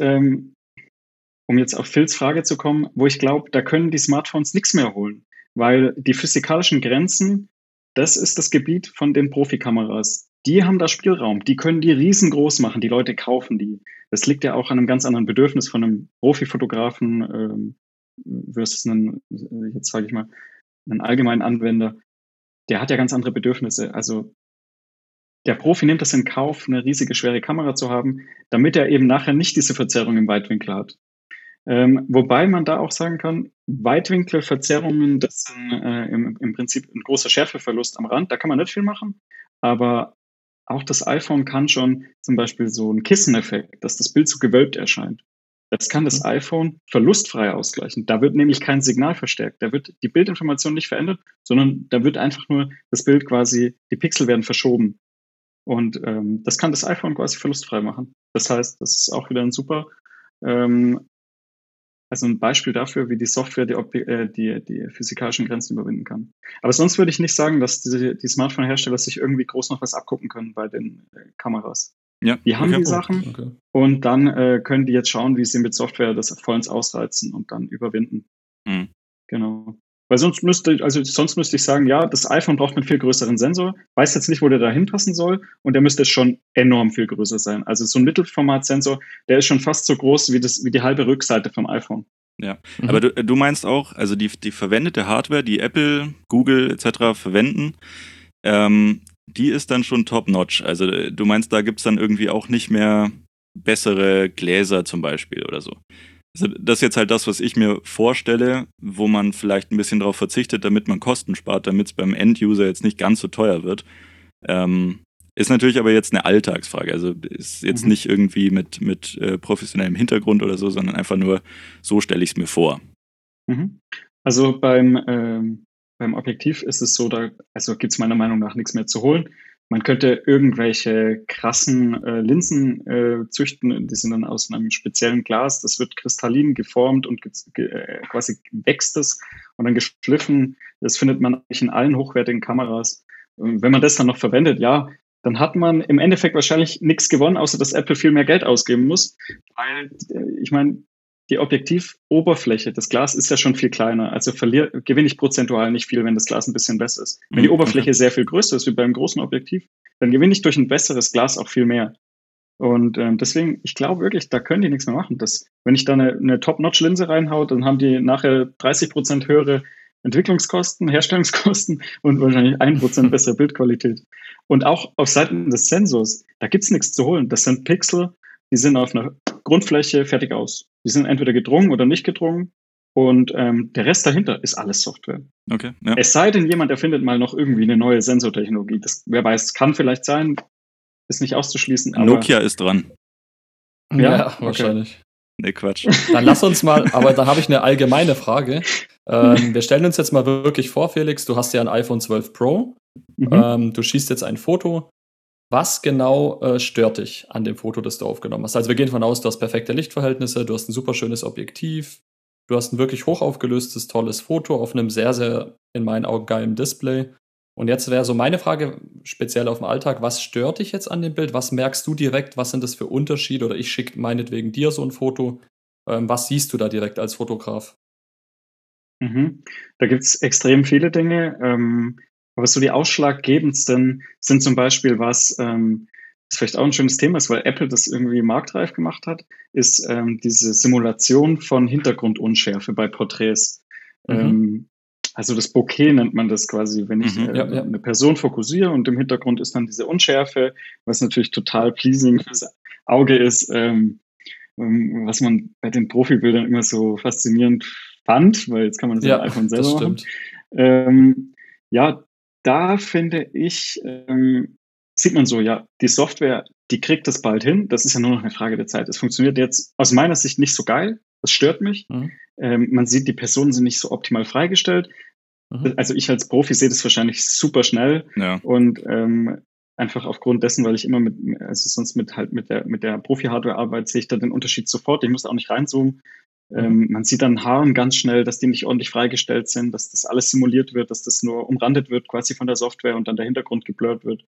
um jetzt auf Phils Frage zu kommen, wo ich glaube, da können die Smartphones nichts mehr holen, weil die physikalischen Grenzen, das ist das Gebiet von den Profikameras. Die haben da Spielraum, die können die riesengroß machen, die Leute kaufen die. Das liegt ja auch an einem ganz anderen Bedürfnis von einem Profifotografen versus einen, jetzt sage ich mal, einen allgemeinen Anwender. Der hat ja ganz andere Bedürfnisse. Also der Profi nimmt das in Kauf, eine riesige, schwere Kamera zu haben, damit er eben nachher nicht diese Verzerrung im Weitwinkel hat. Wobei man da auch sagen kann, Weitwinkelverzerrungen, das sind im Prinzip ein großer Schärfeverlust am Rand, da kann man nicht viel machen, aber auch das iPhone kann schon zum Beispiel so einen Kisseneffekt, dass das Bild so gewölbt erscheint. Das kann das iPhone verlustfrei ausgleichen. Da wird nämlich kein Signal verstärkt. Da wird die Bildinformation nicht verändert, sondern da wird einfach nur das Bild quasi, die Pixel werden verschoben. Und das kann das iPhone quasi verlustfrei machen. Das heißt, das ist auch wieder ein super, also ein Beispiel dafür, wie die Software die physikalischen Grenzen überwinden kann. Aber sonst würde ich nicht sagen, dass die Smartphone-Hersteller sich irgendwie groß noch was abgucken können bei den Kameras. ja. Die haben okay. die Sachen und dann können die jetzt schauen, wie sie mit Software das vollends ausreizen und dann überwinden. Mhm. Genau. Weil sonst müsste ich sagen, ja, das iPhone braucht einen viel größeren Sensor, weiß jetzt nicht, wo der da hinpassen soll und der müsste schon enorm viel größer sein. Also so ein Mittelformat-Sensor, der ist schon fast so groß wie die halbe Rückseite vom iPhone. Ja, aber du meinst auch, also die verwendete Hardware, die Apple, Google etc. verwenden, die ist dann schon top-notch. Also du meinst, da gibt es dann irgendwie auch nicht mehr bessere Gläser zum Beispiel oder so. Also das ist jetzt halt das, was ich mir vorstelle, wo man vielleicht ein bisschen drauf verzichtet, damit man Kosten spart, damit es beim End-User jetzt nicht ganz so teuer wird. Ist natürlich aber jetzt eine Alltagsfrage. Also ist jetzt nicht irgendwie mit professionellem Hintergrund oder so, sondern einfach nur, so stelle ich es mir vor. Also beim Objektiv ist es so, also gibt es meiner Meinung nach nichts mehr zu holen. Man könnte irgendwelche krassen Linsen züchten, die sind dann aus einem speziellen Glas, das wird kristallin geformt und quasi wächst es und dann geschliffen. Das findet man eigentlich in allen hochwertigen Kameras. Und wenn man das dann noch verwendet, ja, dann hat man im Endeffekt wahrscheinlich nichts gewonnen, außer dass Apple viel mehr Geld ausgeben muss. Weil, ich meine, die Objektivoberfläche, das Glas ist ja schon viel kleiner, also gewinne ich prozentual nicht viel, wenn das Glas ein bisschen besser ist. Wenn die Oberfläche sehr viel größer ist wie beim großen Objektiv, dann gewinne ich durch ein besseres Glas auch viel mehr. Und deswegen, ich glaube wirklich, da können die nichts mehr machen. Wenn ich da eine Top-Notch-Linse reinhaue, dann haben die nachher 30% höhere Entwicklungskosten, Herstellungskosten und wahrscheinlich 1% bessere Bildqualität. Und auch auf Seiten des Sensors, da gibt's nichts zu holen. Das sind Pixel, die sind auf einer Grundfläche fertig aus. Die sind entweder gedrungen oder nicht gedrungen. Und der Rest dahinter ist alles Software. Okay, ja. Es sei denn, jemand erfindet mal noch irgendwie eine neue Sensortechnologie. Wer weiß, kann vielleicht sein, ist nicht auszuschließen. Aber Nokia ist dran. Ja, okay. wahrscheinlich. Nee, Quatsch. Dann lass uns mal, aber da habe ich eine allgemeine Frage. Wir stellen uns jetzt mal wirklich vor, Felix, du hast ja ein iPhone 12 Pro. Du schießt jetzt ein Foto. Was genau stört dich an dem Foto, das du aufgenommen hast? Also wir gehen davon aus, du hast perfekte Lichtverhältnisse, du hast ein super schönes Objektiv, du hast ein wirklich hochaufgelöstes, tolles Foto auf einem sehr, sehr, in meinen Augen, geilen Display. Und jetzt wäre so meine Frage, speziell auf dem Alltag, was stört dich jetzt an dem Bild? Was merkst du direkt? Was sind das für Unterschiede? Oder ich schicke meinetwegen dir so ein Foto. Was siehst du da direkt als Fotograf? Da gibt es extrem viele Dinge. Aber so die ausschlaggebendsten sind zum Beispiel was vielleicht auch ein schönes Thema ist, weil Apple das irgendwie marktreif gemacht hat, ist diese Simulation von Hintergrundunschärfe bei Porträts. Also das Bokeh nennt man das quasi, wenn ich eine Person fokussiere und im Hintergrund ist dann diese Unschärfe, was natürlich total pleasing fürs Auge ist, was man bei den Profibildern immer so faszinierend fand, weil jetzt kann man das ja, im iPhone selber machen. Da finde ich, sieht man so, ja, die Software, die kriegt das bald hin. Das ist ja nur noch eine Frage der Zeit. Es funktioniert jetzt aus meiner Sicht nicht so geil. Das stört mich. Man sieht, die Personen sind nicht so optimal freigestellt. Also ich als Profi sehe das wahrscheinlich super schnell. Ja. Und einfach aufgrund dessen, weil ich immer sonst mit der Profi-Hardware arbeite, sehe ich da den Unterschied sofort. Ich muss auch nicht reinzoomen. Man sieht an Haaren ganz schnell, dass die nicht ordentlich freigestellt sind, dass das alles simuliert wird, dass das nur umrandet wird quasi von der Software und dann der Hintergrund geblurrt wird.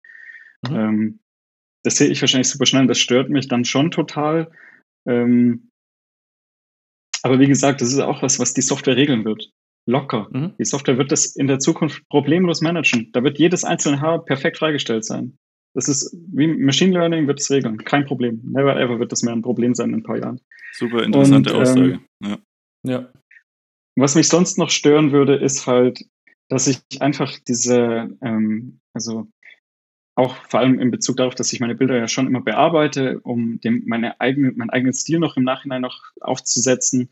Das sehe ich wahrscheinlich super schnell und das stört mich dann schon total. Aber wie gesagt, das ist auch was die Software regeln wird. Locker. Die Software wird das in der Zukunft problemlos managen. Da wird jedes einzelne Haar perfekt freigestellt sein. Das ist wie Machine Learning, wird es regeln. Kein Problem. Never ever wird das mehr ein Problem sein in ein paar Jahren. Super interessante Aussage. Ja. Was mich sonst noch stören würde, ist halt, dass ich einfach diese, also auch vor allem in Bezug darauf, dass ich meine Bilder ja schon immer bearbeite, um meinen eigenen Stil noch im Nachhinein noch aufzusetzen,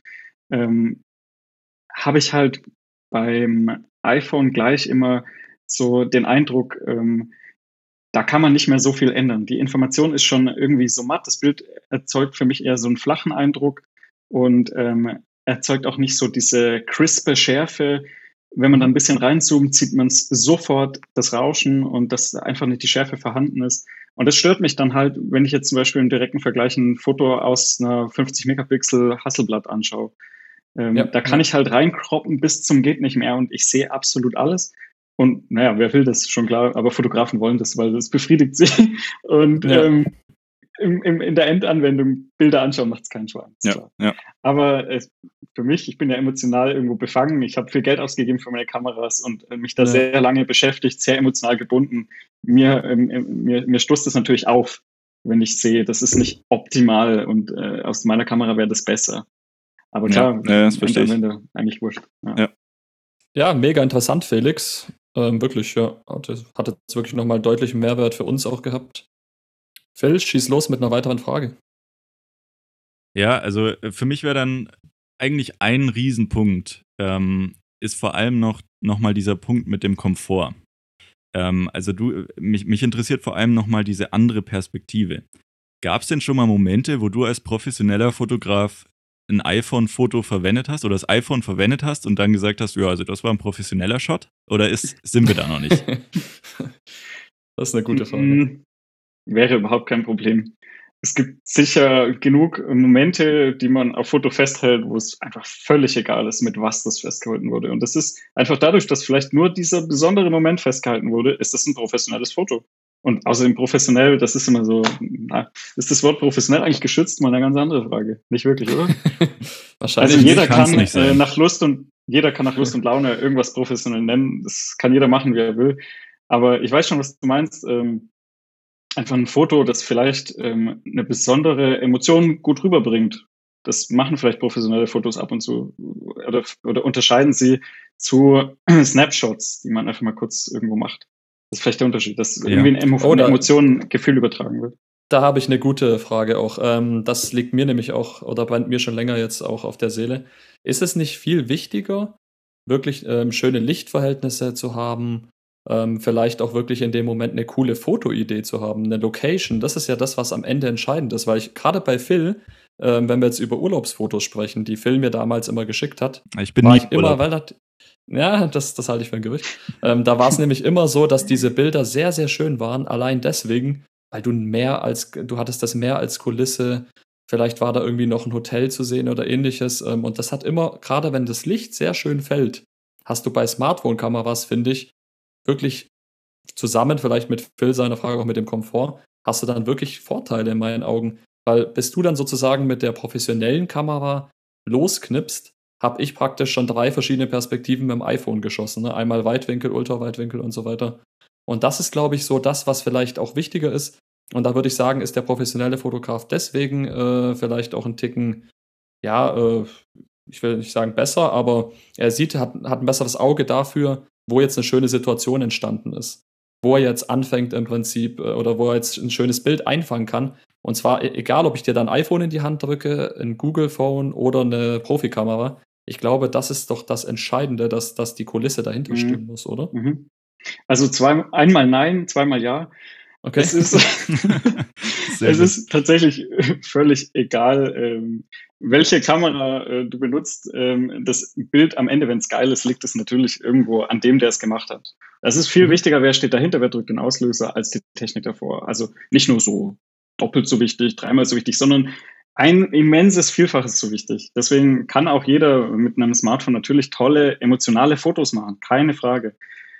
habe ich halt beim iPhone gleich immer so den Eindruck, da kann man nicht mehr so viel ändern. Die Information ist schon irgendwie so matt. Das Bild erzeugt für mich eher so einen flachen Eindruck und erzeugt auch nicht so diese crispe Schärfe. Wenn man da ein bisschen reinzoomt, sieht man sofort das Rauschen und dass einfach nicht die Schärfe vorhanden ist. Und das stört mich dann halt, wenn ich jetzt zum Beispiel im direkten Vergleich ein Foto aus einer 50 Megapixel Hasselblad anschaue. Da kann ich halt reinkroppen bis zum geht nicht mehr und ich sehe absolut alles. Und naja, wer will das, schon klar, aber Fotografen wollen das, weil das befriedigt sie. Und in der Endanwendung Bilder anschauen macht es keinen Spaß. Ja. Aber für mich, ich bin ja emotional irgendwo befangen. Ich habe viel Geld ausgegeben für meine Kameras und mich da sehr lange beschäftigt, sehr emotional gebunden. Mir stoßt das natürlich auf, wenn ich sehe, das ist nicht optimal und aus meiner Kamera wäre das besser. Aber klar, das verstehe ich. Eigentlich wurscht. Ja, mega interessant, Felix. Wirklich, ja. Hat jetzt wirklich nochmal deutlichen Mehrwert für uns auch gehabt. Phil, schieß los mit einer weiteren Frage. Ja, also für mich wäre dann eigentlich ein Riesenpunkt, ist vor allem noch mal dieser Punkt mit dem Komfort. Also mich interessiert vor allem noch mal diese andere Perspektive. Gab es denn schon mal Momente, wo du als professioneller Fotograf ein iPhone-Foto verwendet hast oder das iPhone verwendet hast und dann gesagt hast, ja, also das war ein professioneller Shot? Oder sind wir da noch nicht? Das ist eine gute Frage. Wäre überhaupt kein Problem. Es gibt sicher genug Momente, die man auf Foto festhält, wo es einfach völlig egal ist, mit was das festgehalten wurde. Und das ist einfach dadurch, dass vielleicht nur dieser besondere Moment festgehalten wurde, ist das ein professionelles Foto. Und außerdem professionell, das ist immer so, ist das Wort professionell eigentlich geschützt? Mal eine ganz andere Frage. Nicht wirklich, oder? Wahrscheinlich. Also jeder kann's kann nicht sein. nach Lust und Laune irgendwas professionell nennen. Das kann jeder machen, wie er will. Aber ich weiß schon, was du meinst. Einfach ein Foto, das vielleicht eine besondere Emotion gut rüberbringt. Das machen vielleicht professionelle Fotos ab und zu oder unterscheiden sie zu Snapshots, die man einfach mal kurz irgendwo macht. Das ist vielleicht der Unterschied, dass irgendwie eine Emotion, ein Gefühl übertragen wird. Da habe ich eine gute Frage auch. Das liegt mir nämlich auch oder brennt mir schon länger jetzt auch auf der Seele. Ist es nicht viel wichtiger, wirklich schöne Lichtverhältnisse zu haben, vielleicht auch wirklich in dem Moment eine coole Fotoidee zu haben, eine Location? Das ist ja das, was am Ende entscheidend ist, weil ich gerade bei Phil, wenn wir jetzt über Urlaubsfotos sprechen, die Phil mir damals immer geschickt hat, Ich bin war nicht ich immer, weil das halte ich für ein Gerücht. Da war es nämlich immer so, dass diese Bilder sehr, sehr schön waren, allein deswegen, weil du hattest das Meer als Kulisse, vielleicht war da irgendwie noch ein Hotel zu sehen oder ähnliches. Und das hat immer, gerade wenn das Licht sehr schön fällt, hast du bei Smartphone-Kameras, finde ich, wirklich zusammen, vielleicht mit Phil seiner Frage auch mit dem Komfort, hast du dann wirklich Vorteile in meinen Augen. Weil bis du dann sozusagen mit der professionellen Kamera losknipst, habe ich praktisch schon 3 verschiedene Perspektiven mit dem iPhone geschossen. Ne? Einmal Weitwinkel, Ultraweitwinkel und so weiter. Und das ist, glaube ich, so das, was vielleicht auch wichtiger ist. Und da würde ich sagen, ist der professionelle Fotograf deswegen vielleicht auch ein Ticken, ich will nicht sagen besser, aber er hat ein besseres Auge dafür, wo jetzt eine schöne Situation entstanden ist. Wo er jetzt anfängt im Prinzip oder wo er jetzt ein schönes Bild einfangen kann. Und zwar egal, ob ich dir dann ein iPhone in die Hand drücke, ein Google Phone oder eine Profikamera. Ich glaube, das ist doch das Entscheidende, dass die Kulisse dahinter stimmen muss, oder? Mhm. Also einmal nein, zweimal ja. Okay. Es ist tatsächlich völlig egal, welche Kamera du benutzt. Das Bild am Ende, wenn es geil ist, liegt es natürlich irgendwo an dem, der es gemacht hat. Es ist viel wichtiger, wer steht dahinter, wer drückt den Auslöser, als die Technik davor. Also nicht nur so doppelt so wichtig, dreimal so wichtig, sondern ein immenses Vielfaches so wichtig. Deswegen kann auch jeder mit einem Smartphone natürlich tolle, emotionale Fotos machen. Keine Frage.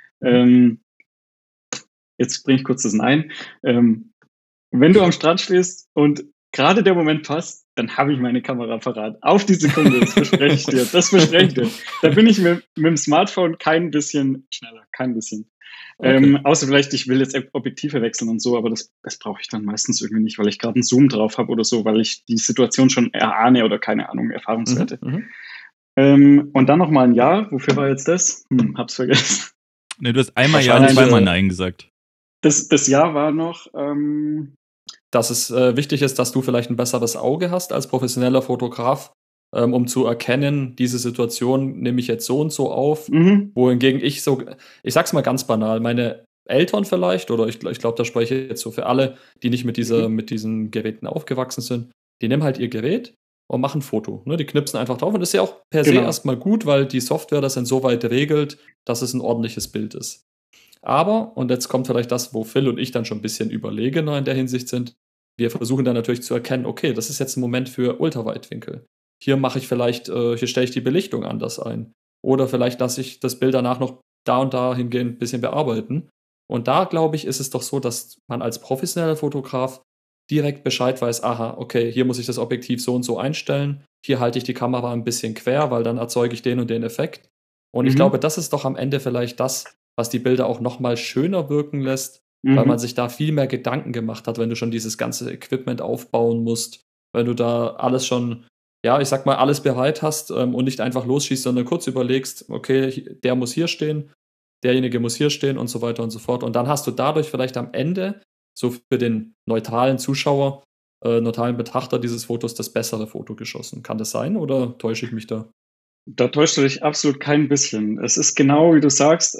Jetzt bringe ich kurz das Nein. Wenn du am Strand stehst und gerade der Moment passt, dann habe ich meine Kamera parat. Auf die Sekunde, das verspreche ich dir. Das verspreche ich dir. Da bin ich mit dem Smartphone kein bisschen schneller. Kein bisschen. Okay. Außer vielleicht, ich will jetzt Objektive wechseln und so, aber das brauche ich dann meistens irgendwie nicht, weil ich gerade einen Zoom drauf habe oder so, weil ich die Situation schon erahne oder keine Ahnung, Erfahrungswerte. Und dann nochmal ein Ja. Wofür war jetzt das? Hab's vergessen. Ne, du hast einmal Ja und zweimal Nein gesagt. Das Ja war noch, dass es wichtig ist, dass du vielleicht ein besseres Auge hast als professioneller Fotograf, um zu erkennen, diese Situation nehme ich jetzt so und so auf, wohingegen ich sag's mal ganz banal, meine Eltern vielleicht, oder ich glaube, da spreche ich jetzt so für alle, die nicht mit diesen Geräten aufgewachsen sind, die nehmen halt ihr Gerät und machen ein Foto. Ne? Die knipsen einfach drauf und das ist ja auch per se erstmal gut, weil die Software das insoweit regelt, dass es ein ordentliches Bild ist. Aber, und jetzt kommt vielleicht das, wo Phil und ich dann schon ein bisschen überlegener in der Hinsicht sind, wir versuchen dann natürlich zu erkennen, okay, das ist jetzt ein Moment für Ultraweitwinkel. Hier mache ich vielleicht, hier stelle ich die Belichtung anders ein. Oder vielleicht lasse ich das Bild danach noch da und da hingehend ein bisschen bearbeiten. Und da, glaube ich, ist es doch so, dass man als professioneller Fotograf direkt Bescheid weiß, aha, okay, hier muss ich das Objektiv so und so einstellen. Hier halte ich die Kamera ein bisschen quer, weil dann erzeuge ich den und den Effekt. Und ich glaube, das ist doch am Ende vielleicht das, was die Bilder auch noch mal schöner wirken lässt, weil man sich da viel mehr Gedanken gemacht hat, wenn du schon dieses ganze Equipment aufbauen musst, wenn du da alles schon, ja, ich sag mal, alles bereit hast und nicht einfach losschießt, sondern kurz überlegst, okay, der muss hier stehen, derjenige muss hier stehen und so weiter und so fort. Und dann hast du dadurch vielleicht am Ende so für den neutralen Zuschauer, neutralen Betrachter dieses Fotos das bessere Foto geschossen. Kann das sein oder täusche ich mich da? Da täuscht du dich absolut kein bisschen. Es ist genau, wie du sagst.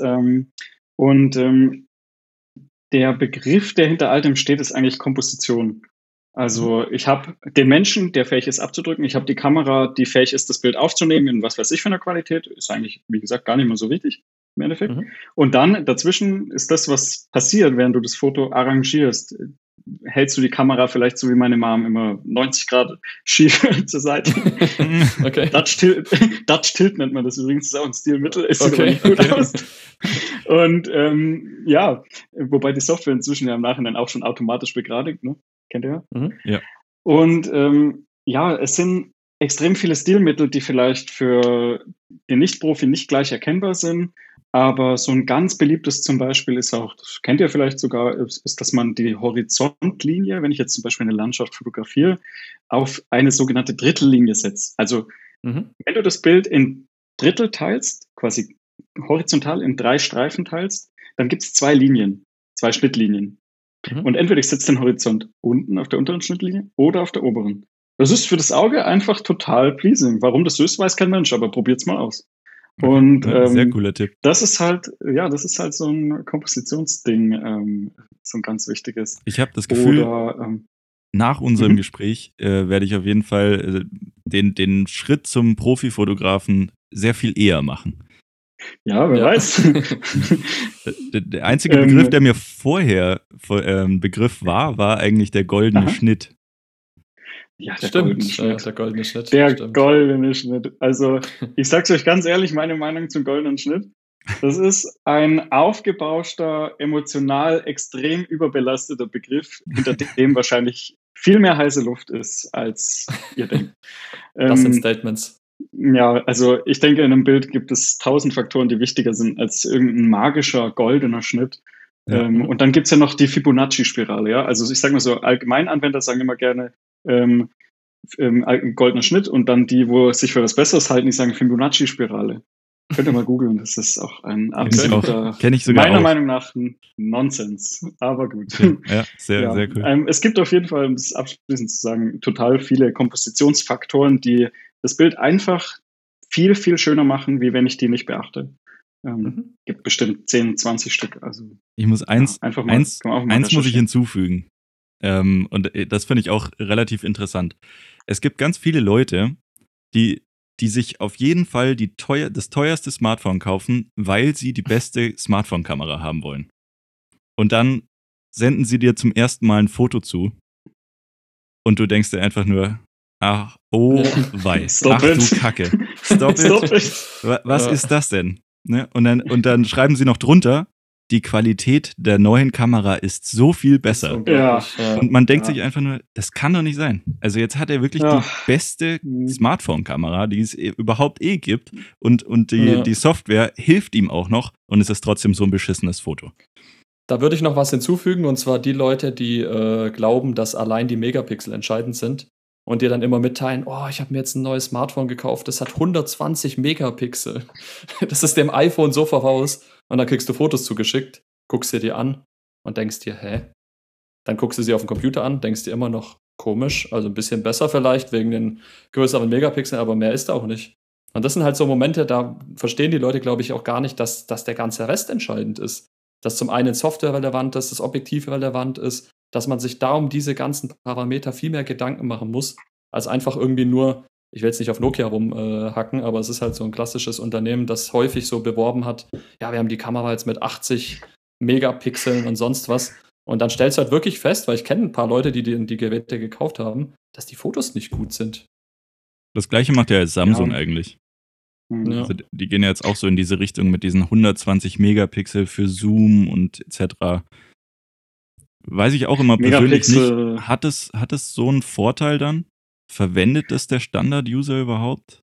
Der Begriff, der hinter all dem steht, ist eigentlich Komposition. Also ich habe den Menschen, der fähig ist abzudrücken. Ich habe die Kamera, die fähig ist, das Bild aufzunehmen in was weiß ich für einer Qualität. Ist eigentlich, wie gesagt, gar nicht mehr so wichtig im Endeffekt. Und dann dazwischen ist das, was passiert, während du das Foto arrangierst. hältst du die Kamera vielleicht so wie meine Mom immer 90 Grad schief zur Seite. Okay. Dutch Tilt nennt man das übrigens, das ist auch ein Stilmittel, es sieht Okay. aber nicht gut aus. Und ja, wobei die Software inzwischen ja im Nachhinein auch schon automatisch begradigt, ne? Kennt ihr? Mhm. Ja. Und ja, es sind extrem viele Stilmittel, die vielleicht für den Nicht-Profi nicht gleich erkennbar sind. Aber so ein ganz beliebtes zum Beispiel ist auch, das kennt ihr vielleicht sogar, ist, dass man die Horizontlinie, wenn ich jetzt zum Beispiel eine Landschaft fotografiere, auf eine sogenannte Drittellinie setzt. Also Mhm. wenn du das Bild in Drittel teilst, quasi horizontal in 3 Streifen teilst, dann gibt es 2 Linien, 2 Schnittlinien. Mhm. Und entweder ich setze den Horizont unten auf der unteren Schnittlinie oder auf der oberen. Das ist für das Auge einfach total pleasing. Warum das so ist, weiß kein Mensch, aber probiert's mal aus. Und Ja, sehr cooler Tipp. das ist halt so ein Kompositionsding, so ein ganz wichtiges. Ich habe das Gefühl, Oder nach unserem Gespräch werde ich auf jeden Fall den Schritt zum Profifotografen sehr viel eher machen. ja, wer Ja. weiß. Der einzige Begriff, der mir vorher Begriff war eigentlich der goldene Aha. Schnitt. Ja, der goldene Stimmt, Schnitt. der goldene Schnitt. Der stimmt. goldene Schnitt. Also, ich sag's euch ganz ehrlich, meine Meinung zum goldenen Schnitt. Das ist ein aufgebauschter, emotional extrem überbelasteter Begriff, hinter dem wahrscheinlich viel mehr heiße Luft ist, als ihr denkt. Das sind Statements. Ja, also ich denke, in einem Bild gibt es 1000 Faktoren, die wichtiger sind als irgendein magischer goldener Schnitt. Ja. Und dann gibt's ja noch die Fibonacci-Spirale, ja. Also ich sage mal so, Allgemeinanwender sagen immer gerne goldener Schnitt und dann die, wo sich für was Besseres halten, die sagen Fibonacci-Spirale. Könnt ihr mal googeln, das ist auch ein absoluter, Kenn ich sogar meiner auch. Meinung nach, Nonsens. Aber gut. Okay. Ja, sehr, Ja, sehr cool. es gibt auf jeden Fall, um das abschließend zu sagen, total viele Kompositionsfaktoren, die das Bild einfach viel, viel schöner machen, wie wenn ich die nicht beachte. Gibt bestimmt 10, 20 Stück. Also Ich muss eins einfach mal, muss ich recherchieren. hinzufügen. Und das finde ich auch relativ interessant. Es gibt ganz viele Leute, die sich auf jeden Fall das teuerste Smartphone kaufen, weil sie die beste Smartphone-Kamera haben wollen. Und dann senden sie dir zum ersten Mal ein Foto zu und du denkst dir einfach nur, ach, oh wei, Stop ach it. du Kacke, stop Stop it, it. was ist das denn? Ne? Und dann schreiben sie noch drunter, die Qualität der neuen Kamera ist so viel besser. Unglaublich, Und man denkt Ja. sich einfach nur, das kann doch nicht sein. Also jetzt hat er wirklich Ja. die beste Mhm. Smartphone-Kamera, die es überhaupt gibt. Und Ja. die Software hilft ihm auch noch und es ist trotzdem so ein beschissenes Foto. Da würde ich noch was hinzufügen, und zwar die Leute, die glauben, dass allein die Megapixel entscheidend sind und dir dann immer mitteilen, oh, ich habe mir jetzt ein neues Smartphone gekauft, das hat 120 Megapixel. Das ist dem iPhone so voraus. Und dann kriegst du Fotos zugeschickt, guckst sie dir an und denkst dir, hä? Dann guckst du sie auf dem Computer an, denkst dir immer noch, komisch, also ein bisschen besser vielleicht wegen den größeren Megapixeln, aber mehr ist da auch nicht. Und das sind halt so Momente, da verstehen die Leute, glaube ich, auch gar nicht, dass der ganze Rest entscheidend ist. Dass zum einen Software relevant ist, das Objektiv relevant ist, dass man sich da um diese ganzen Parameter viel mehr Gedanken machen muss, als einfach irgendwie nur, ich will jetzt nicht auf Nokia rumhacken, aber es ist halt so ein klassisches Unternehmen, das häufig so beworben hat, ja, wir haben die Kamera jetzt mit 80 Megapixeln und sonst was. Und dann stellst du halt wirklich fest, weil ich kenne ein paar Leute, die die Geräte gekauft haben, dass die Fotos nicht gut sind. Das gleiche macht ja Samsung Ja. eigentlich. Mhm. Ja. Also die gehen ja jetzt auch so in diese Richtung mit diesen 120 Megapixel für Zoom und etc. Weiß ich auch immer persönlich Megapixel. nicht. Hat es so einen Vorteil dann? Verwendet das der Standard-User überhaupt?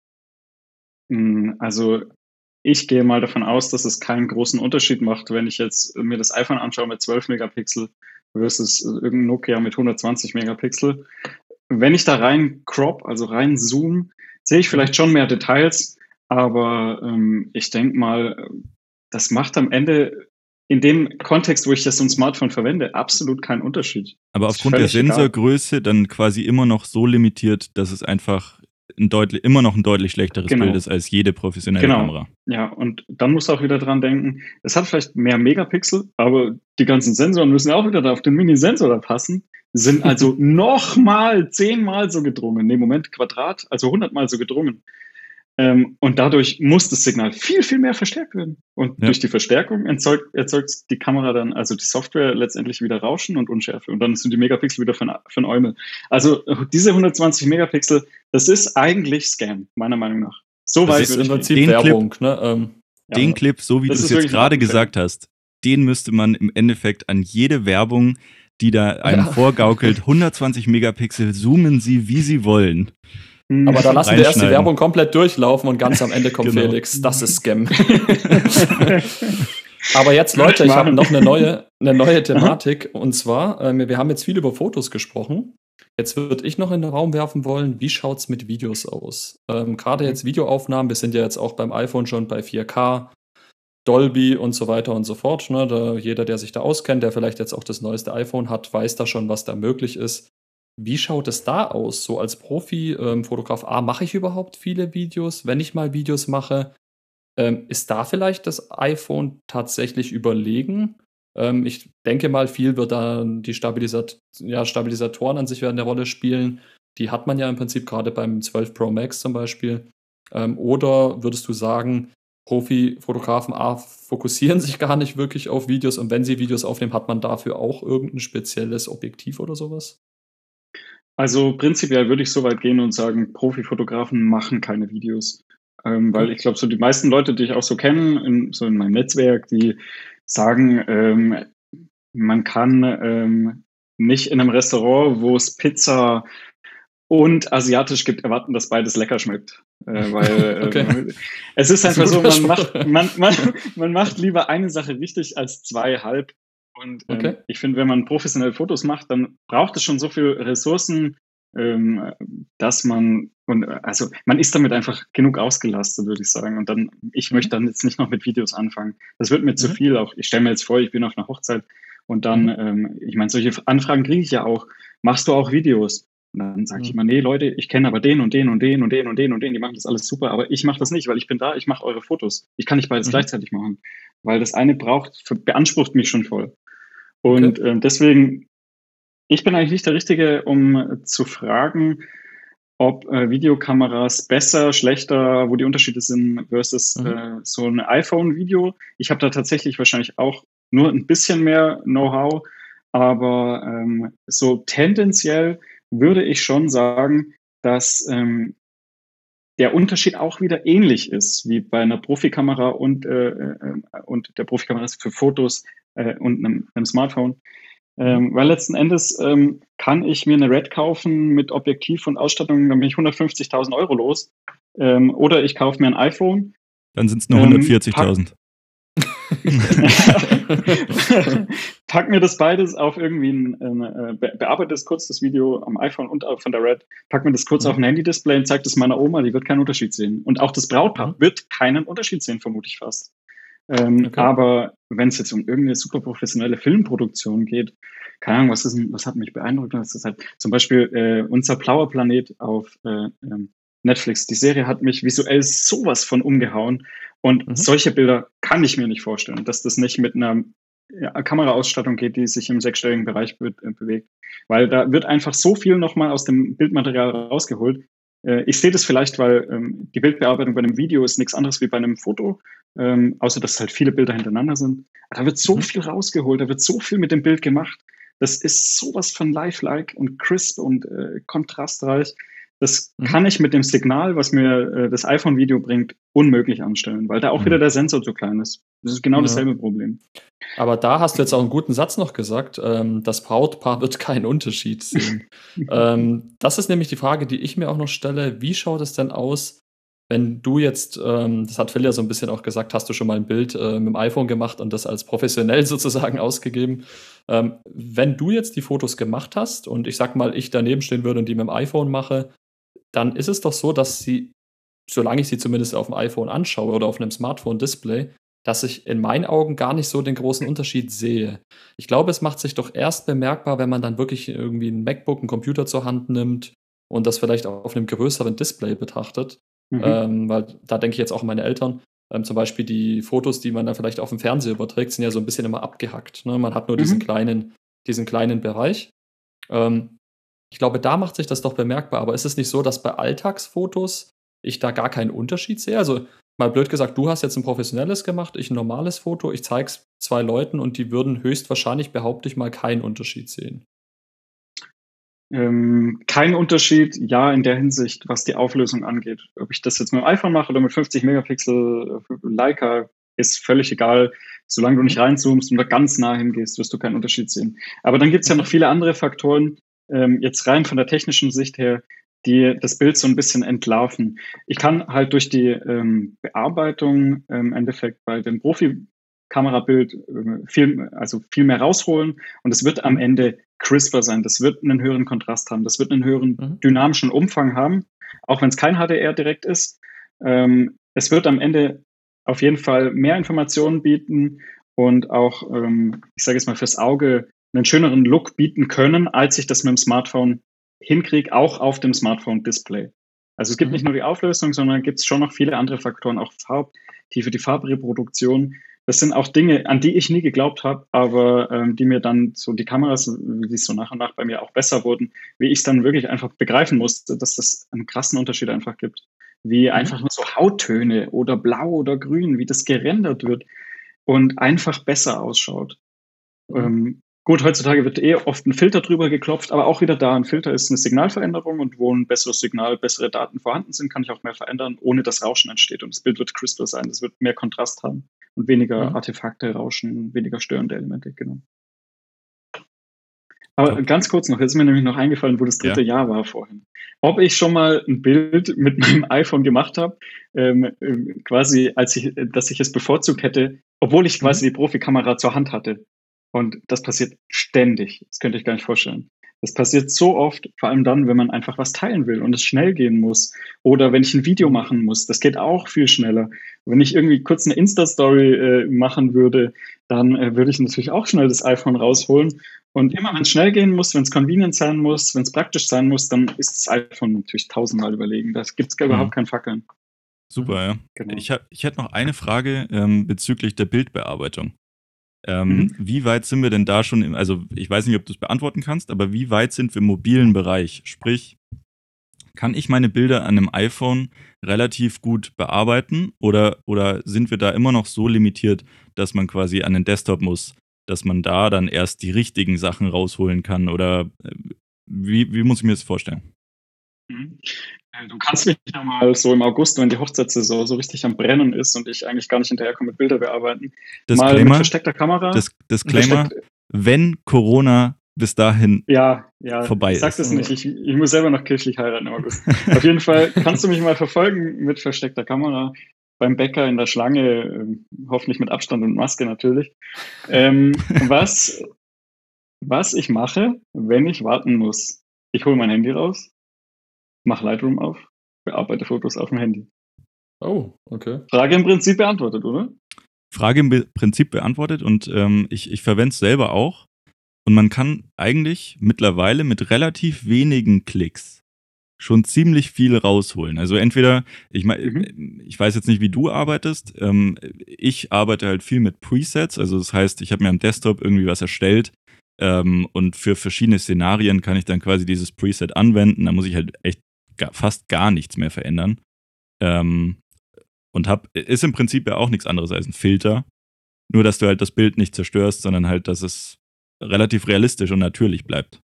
Also ich gehe mal davon aus, dass es keinen großen Unterschied macht, wenn ich jetzt mir das iPhone anschaue mit 12 Megapixel versus irgendein Nokia mit 120 Megapixel. Wenn ich da rein crop, also rein zoom, sehe ich vielleicht schon mehr Details, aber ich denke mal, das macht am Ende in dem Kontext, wo ich das so ein Smartphone verwende, absolut keinen Unterschied. Aber Ist aufgrund der völlig egal. Sensorgröße dann quasi immer noch so limitiert, dass es einfach immer noch ein deutlich schlechteres Genau. Bild ist als jede professionelle Genau. Kamera. Ja, und dann musst du auch wieder dran denken, es hat vielleicht mehr Megapixel, aber die ganzen Sensoren müssen auch wieder da auf den Mini-Sensor da passen, sind also nochmal 10-mal so gedrungen. Nee, Moment, Quadrat, also 100-mal so gedrungen. Und dadurch muss das Signal viel, viel mehr verstärkt werden. Und durch die Verstärkung erzeugt die Kamera dann, also die Software letztendlich wieder Rauschen und Unschärfe. Und dann sind die Megapixel wieder für ein Eumel. Also diese 120 Megapixel, das ist eigentlich Scam, meiner Meinung nach. So Das weit ist würde im ich Prinzip Den Werbung. Ne? Den Clip, so wie du Das es ist jetzt wirklich gerade ein gesagt hast, den müsste man im Endeffekt an jede Werbung, die da einem vorgaukelt, 120 Megapixel, zoomen Sie, wie Sie wollen. Aber da lassen wir erst die Reinschneiden. Werbung komplett durchlaufen und ganz am Ende kommt Genau. Felix. Das ist Scam. Aber jetzt, Leute, ich habe noch eine neue Thematik. Und zwar, wir haben jetzt viel über Fotos gesprochen. Jetzt würde ich noch in den Raum werfen wollen, wie schaut es mit Videos aus? Gerade jetzt Videoaufnahmen, wir sind ja jetzt auch beim iPhone schon bei 4K, Dolby und so weiter und so fort. Ne? Jeder, der sich da auskennt, der vielleicht jetzt auch das neueste iPhone hat, weiß da schon, was da möglich ist. Wie schaut es da aus? So als Profi-Fotograf, mache ich überhaupt viele Videos? Wenn ich mal Videos mache, ist da vielleicht das iPhone tatsächlich überlegen? Ich denke mal, viel wird da die Stabilisatoren an sich werden eine Rolle spielen. Die hat man ja im Prinzip gerade beim 12 Pro Max zum Beispiel. Oder würdest du sagen, Profi-Fotografen fokussieren sich gar nicht wirklich auf Videos und wenn sie Videos aufnehmen, hat man dafür auch irgendein spezielles Objektiv oder sowas? Also prinzipiell würde ich so weit gehen und sagen, Profifotografen machen keine Videos. Weil ich glaube, so die meisten Leute, die ich auch so kenne, in meinem Netzwerk, die sagen, man kann nicht in einem Restaurant, wo es Pizza und asiatisch gibt, erwarten, dass beides lecker schmeckt. Weil Okay. es ist Das ist einfach ein so, guter man macht lieber eine Sache richtig als zwei halb. Und Okay. ich finde, wenn man professionell Fotos macht, dann braucht es schon so viel Ressourcen, dass man ist damit einfach genug ausgelastet, würde ich sagen. Und dann, ich möchte dann jetzt nicht noch mit Videos anfangen. Das wird mir zu viel auch. Ich stelle mir jetzt vor, ich bin auf einer Hochzeit und dann, ich meine, solche Anfragen kriege ich ja auch. Machst du auch Videos? Und dann sage ich immer, nee, Leute, ich kenne aber den und den und den und den und den und den, die machen das alles super, aber ich mache das nicht, weil ich bin da, ich mache eure Fotos. Ich kann nicht beides gleichzeitig machen, weil das eine beansprucht mich schon voll. Und deswegen, ich bin eigentlich nicht der Richtige, um zu fragen, ob Videokameras besser, schlechter, wo die Unterschiede sind versus so ein iPhone-Video. Ich habe da tatsächlich wahrscheinlich auch nur ein bisschen mehr Know-how, aber so tendenziell würde ich schon sagen, dass der Unterschied auch wieder ähnlich ist wie bei einer Profikamera und der Profikamera ist für Fotos und einem Smartphone. Weil letzten Endes kann ich mir eine Red kaufen mit Objektiv und Ausstattung, dann bin ich 150.000 Euro los. Oder ich kaufe mir ein iPhone. Dann sind es nur 140.000. Pack mir das beides auf irgendwie bearbeite das kurz, das Video am iPhone und auch von der Red, pack mir das kurz auf ein Handy-Display und zeig das meiner Oma, die wird keinen Unterschied sehen. Und auch das Brautpaar wird keinen Unterschied sehen, vermute ich fast. Aber wenn es jetzt um irgendeine super professionelle Filmproduktion geht, keine Ahnung, was hat mich beeindruckt? Das ist halt zum Beispiel unser blauer Planet auf Netflix. Die Serie hat mich visuell sowas von umgehauen. Und solche Bilder kann ich mir nicht vorstellen, dass das nicht mit einer Kameraausstattung geht, die sich im sechsstelligen Bereich bewegt. Weil da wird einfach so viel nochmal aus dem Bildmaterial rausgeholt. Ich sehe das vielleicht, weil die Bildbearbeitung bei einem Video ist nichts anderes wie bei einem Foto, außer dass halt viele Bilder hintereinander sind. Da wird so viel rausgeholt, da wird so viel mit dem Bild gemacht. Das ist sowas von lifelike und crisp und kontrastreich. Das kann ich mit dem Signal, was mir das iPhone-Video bringt, unmöglich anstellen, weil da auch wieder der Sensor zu klein ist. Das ist genau dasselbe Problem. Aber da hast du jetzt auch einen guten Satz noch gesagt. Das Brautpaar wird keinen Unterschied sehen. Das ist nämlich die Frage, die ich mir auch noch stelle. Wie schaut es denn aus, wenn du jetzt, das hat Phil ja so ein bisschen auch gesagt, hast du schon mal ein Bild mit dem iPhone gemacht und das als professionell sozusagen ausgegeben. Wenn du jetzt die Fotos gemacht hast und ich sag mal, ich daneben stehen würde und die mit dem iPhone mache, dann ist es doch so, dass sie, solange ich sie zumindest auf dem iPhone anschaue oder auf einem Smartphone-Display, dass ich in meinen Augen gar nicht so den großen Unterschied sehe. Ich glaube, es macht sich doch erst bemerkbar, wenn man dann wirklich irgendwie ein MacBook, einen Computer zur Hand nimmt und das vielleicht auf einem größeren Display betrachtet. Weil da denke ich jetzt auch an meine Eltern. Zum Beispiel die Fotos, die man dann vielleicht auf dem Fernseher überträgt, sind ja so ein bisschen immer abgehackt. Ne? Man hat nur diesen kleinen Bereich. Ich glaube, da macht sich das doch bemerkbar. Aber ist es nicht so, dass bei Alltagsfotos ich da gar keinen Unterschied sehe? Also, mal blöd gesagt, du hast jetzt ein professionelles gemacht, ich ein normales Foto, ich zeige es 2 Leuten und die würden höchstwahrscheinlich, behaupte ich mal, keinen Unterschied sehen. Kein Unterschied, ja, in der Hinsicht, was die Auflösung angeht. Ob ich das jetzt mit dem iPhone mache oder mit 50 Megapixel Leica, ist völlig egal. Solange du nicht reinzoomst und da ganz nah hingehst, wirst du keinen Unterschied sehen. Aber dann gibt es ja noch viele andere Faktoren, jetzt rein von der technischen Sicht her, die das Bild so ein bisschen entlarven. Ich kann halt durch die Bearbeitung im Endeffekt bei dem Profi-Kamerabild viel mehr rausholen und es wird am Ende crisper sein. Das wird einen höheren Kontrast haben. Das wird einen höheren dynamischen Umfang haben, auch wenn es kein HDR direkt ist. Es wird am Ende auf jeden Fall mehr Informationen bieten und auch, ich sage jetzt mal, fürs Auge einen schöneren Look bieten können, als ich das mit dem Smartphone hinkriege, auch auf dem Smartphone-Display. Also es gibt nicht nur die Auflösung, sondern gibt es schon noch viele andere Faktoren, auch Farbtiefe, die Farbreproduktion. Das sind auch Dinge, an die ich nie geglaubt habe, aber die mir dann so die Kameras, die so nach und nach bei mir auch besser wurden, wie ich es dann wirklich einfach begreifen musste, dass das einen krassen Unterschied einfach gibt. Wie einfach nur so Hauttöne oder blau oder grün, wie das gerendert wird und einfach besser ausschaut. Gut, heutzutage wird oft ein Filter drüber geklopft, aber auch wieder da, ein Filter ist eine Signalveränderung und wo ein besseres Signal, bessere Daten vorhanden sind, kann ich auch mehr verändern, ohne dass Rauschen entsteht und das Bild wird crisper sein, es wird mehr Kontrast haben und weniger Artefakte, Rauschen, weniger störende Elemente, genau. Aber ganz kurz noch, jetzt ist mir nämlich noch eingefallen, wo das dritte Jahr war vorhin. Ob ich schon mal ein Bild mit meinem iPhone gemacht habe, quasi, dass ich es bevorzugt hätte, obwohl ich quasi die Profikamera zur Hand hatte. Und das passiert ständig. Das könnte ich gar nicht vorstellen. Das passiert so oft, vor allem dann, wenn man einfach was teilen will und es schnell gehen muss. Oder wenn ich ein Video machen muss, das geht auch viel schneller. Wenn ich irgendwie kurz eine Insta-Story machen würde, dann würde ich natürlich auch schnell das iPhone rausholen. Und immer wenn es schnell gehen muss, wenn es convenient sein muss, wenn es praktisch sein muss, dann ist das iPhone natürlich tausendmal überlegen. Da gibt es überhaupt kein Fackeln. Super, ja. Genau. Ich hätte noch eine Frage bezüglich der Bildbearbeitung. Wie weit sind wir denn da schon, also ich weiß nicht, ob du es beantworten kannst, aber wie weit sind wir im mobilen Bereich? Sprich, kann ich meine Bilder an einem iPhone relativ gut bearbeiten oder sind wir da immer noch so limitiert, dass man quasi an den Desktop muss, dass man da dann erst die richtigen Sachen rausholen kann oder wie muss ich mir das vorstellen? Du kannst mich ja mal so im August, wenn die Hochzeitssaison so richtig am Brennen ist und ich eigentlich gar nicht hinterherkomme mit Bilder bearbeiten, mal mit versteckter Kamera. Disclaimer, wenn Corona bis dahin vorbei ist. Sag das nicht, ich muss selber noch kirchlich heiraten im August. Auf jeden Fall kannst du mich mal verfolgen mit versteckter Kamera beim Bäcker in der Schlange, hoffentlich mit Abstand und Maske natürlich. Was ich mache, wenn ich warten muss, ich hole mein Handy raus, mache Lightroom auf, bearbeite Fotos auf dem Handy. Oh, okay. Frage im Prinzip beantwortet, oder? Frage im Prinzip beantwortet und ich verwende es selber auch. Und man kann eigentlich mittlerweile mit relativ wenigen Klicks schon ziemlich viel rausholen. Also entweder, ich weiß jetzt nicht, wie du arbeitest. Ich arbeite halt viel mit Presets. Also das heißt, ich habe mir am Desktop irgendwie was erstellt. Und für verschiedene Szenarien kann ich dann quasi dieses Preset anwenden. Da muss ich halt echt fast gar nichts mehr verändern. Und ist im Prinzip ja auch nichts anderes als ein Filter. Nur, dass du halt das Bild nicht zerstörst, sondern halt, dass es relativ realistisch und natürlich bleibt.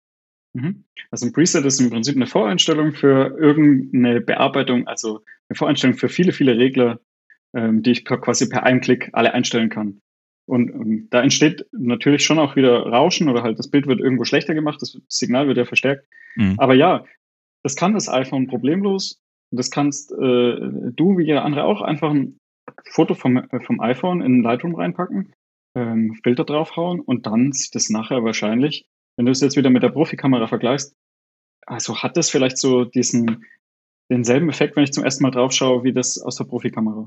Also ein Preset ist im Prinzip eine Voreinstellung für irgendeine Bearbeitung, also eine Voreinstellung für viele, viele Regler, die ich quasi per einem Klick alle einstellen kann. Und da entsteht natürlich schon auch wieder Rauschen oder halt das Bild wird irgendwo schlechter gemacht, das Signal wird ja verstärkt. Aber ja, das kann das iPhone problemlos. Das kannst du wie jeder andere auch einfach ein Foto vom iPhone in Lightroom reinpacken, Filter draufhauen und dann sieht das nachher wahrscheinlich, wenn du es jetzt wieder mit der Profikamera vergleichst, also hat das vielleicht so denselben Effekt, wenn ich zum ersten Mal drauf schaue, wie das aus der Profikamera.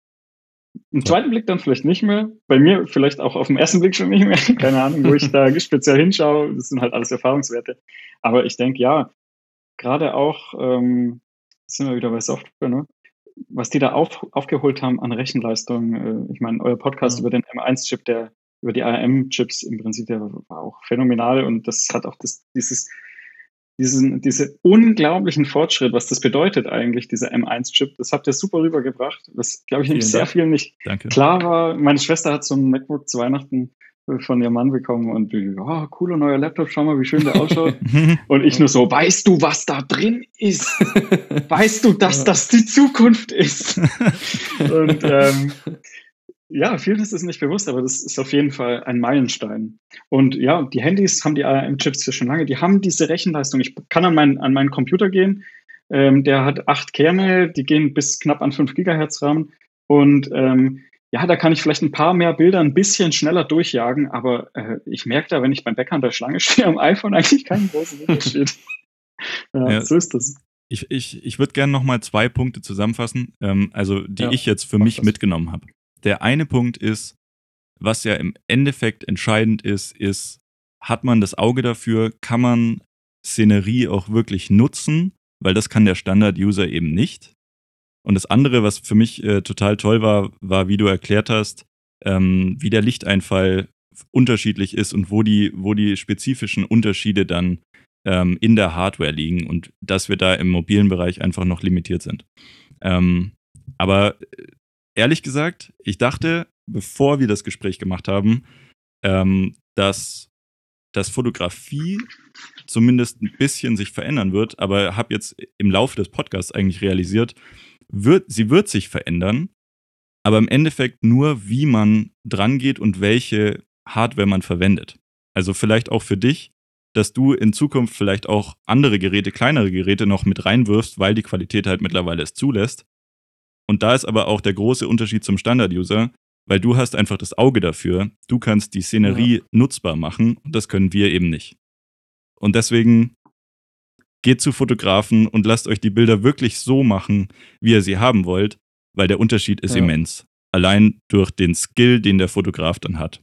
Im zweiten Blick dann vielleicht nicht mehr. Bei mir vielleicht auch auf den ersten Blick schon nicht mehr. Keine Ahnung, wo ich da speziell hinschaue. Das sind halt alles Erfahrungswerte. Aber ich denke, ja, gerade auch, sind wir wieder bei Software, ne? Was die da aufgeholt haben an Rechenleistung. Ich meine, euer Podcast über den M1-Chip, über die ARM-Chips im Prinzip, der war auch phänomenal und das hat auch diese diese unglaublichen Fortschritt, was das bedeutet eigentlich, dieser M1-Chip, das habt ihr super rübergebracht. Das, glaube ich, nämlich sehr viel nicht klar war. Meine Schwester hat so ein MacBook zu Weihnachten von ihrem Mann bekommen und cooler neuer Laptop, schau mal, wie schön der ausschaut. Und ich nur so, weißt du, was da drin ist? Weißt du, dass das die Zukunft ist? Und vielen ist es nicht bewusst, aber das ist auf jeden Fall ein Meilenstein. Und ja, die Handys haben die ARM-Chips für schon lange, die haben diese Rechenleistung. Ich kann an meinen Computer gehen, der hat 8 Kerne, die gehen bis knapp an 5 Gigahertz RAM und da kann ich vielleicht ein paar mehr Bilder ein bisschen schneller durchjagen, aber ich merke da, wenn ich beim Bäcker an der Schlange stehe, am iPhone eigentlich keinen großen Unterschied. So ist das. Ich würde gerne nochmal 2 Punkte zusammenfassen, die ich jetzt für mich mitgenommen habe. Der eine Punkt ist, was ja im Endeffekt entscheidend ist, hat man das Auge dafür, kann man Szenerie auch wirklich nutzen, weil das kann der Standard-User eben nicht. Und das andere, was für mich total toll war, wie du erklärt hast, wie der Lichteinfall unterschiedlich ist und wo die spezifischen Unterschiede dann in der Hardware liegen und dass wir da im mobilen Bereich einfach noch limitiert sind. Aber ehrlich gesagt, ich dachte, bevor wir das Gespräch gemacht haben, dass Fotografie zumindest ein bisschen sich verändern wird, aber habe jetzt im Laufe des Podcasts eigentlich realisiert, sie wird sich verändern, aber im Endeffekt nur, wie man dran geht und welche Hardware man verwendet. Also vielleicht auch für dich, dass du in Zukunft vielleicht auch andere Geräte, kleinere Geräte noch mit reinwirfst, weil die Qualität halt mittlerweile es zulässt. Und da ist aber auch der große Unterschied zum Standard-User, weil du hast einfach das Auge dafür, du kannst die Szenerie nutzbar machen und das können wir eben nicht. Und deswegen geht zu Fotografen und lasst euch die Bilder wirklich so machen, wie ihr sie haben wollt, weil der Unterschied ist immens. Allein durch den Skill, den der Fotograf dann hat.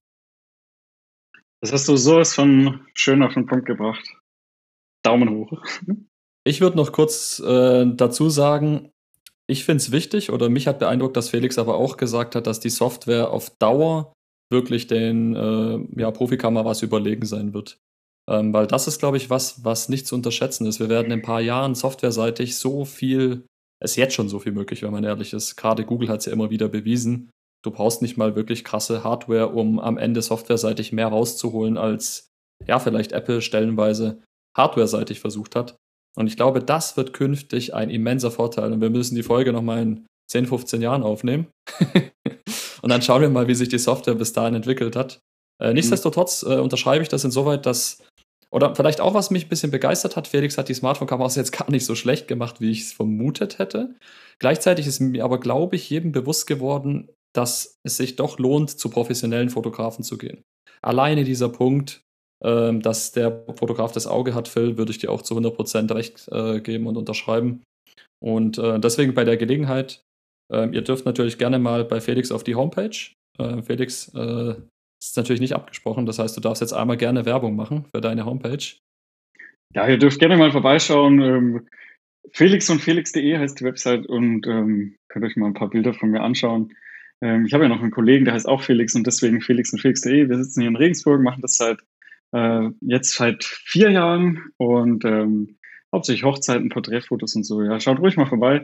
Das hast du sowas von schön auf den Punkt gebracht. Daumen hoch. Ich würde noch kurz dazu sagen, ich finde es wichtig, oder mich hat beeindruckt, dass Felix aber auch gesagt hat, dass die Software auf Dauer wirklich den Profikameras überlegen sein wird. Weil das ist, glaube ich, was nicht zu unterschätzen ist. Wir werden in ein paar Jahren softwareseitig es ist jetzt schon so viel möglich, wenn man ehrlich ist. Gerade Google hat es ja immer wieder bewiesen. Du brauchst nicht mal wirklich krasse Hardware, um am Ende softwareseitig mehr rauszuholen, als vielleicht Apple stellenweise hardwareseitig versucht hat. Und ich glaube, das wird künftig ein immenser Vorteil. Und wir müssen die Folge nochmal in 10, 15 Jahren aufnehmen. Und dann schauen wir mal, wie sich die Software bis dahin entwickelt hat. Nichtsdestotrotz unterschreibe ich das insoweit, oder vielleicht auch, was mich ein bisschen begeistert hat, Felix hat die Smartphone-Kameras jetzt gar nicht so schlecht gemacht, wie ich es vermutet hätte. Gleichzeitig ist mir aber, glaube ich, jedem bewusst geworden, dass es sich doch lohnt, zu professionellen Fotografen zu gehen. Alleine dieser Punkt, dass der Fotograf das Auge hat, Phil, würde ich dir auch zu 100% recht geben und unterschreiben. Und deswegen bei der Gelegenheit, ihr dürft natürlich gerne mal bei Felix auf die Homepage. Felix, ist natürlich nicht abgesprochen, das heißt, du darfst jetzt einmal gerne Werbung machen für deine Homepage. Ja, ihr dürft gerne mal vorbeischauen. Felix und Felix.de heißt die Website und könnt euch mal ein paar Bilder von mir anschauen. Ich habe ja noch einen Kollegen, der heißt auch Felix und deswegen Felix und Felix.de. Wir sitzen hier in Regensburg, machen das jetzt seit 4 Jahren und hauptsächlich Hochzeiten, Porträtfotos und so. Ja, schaut ruhig mal vorbei.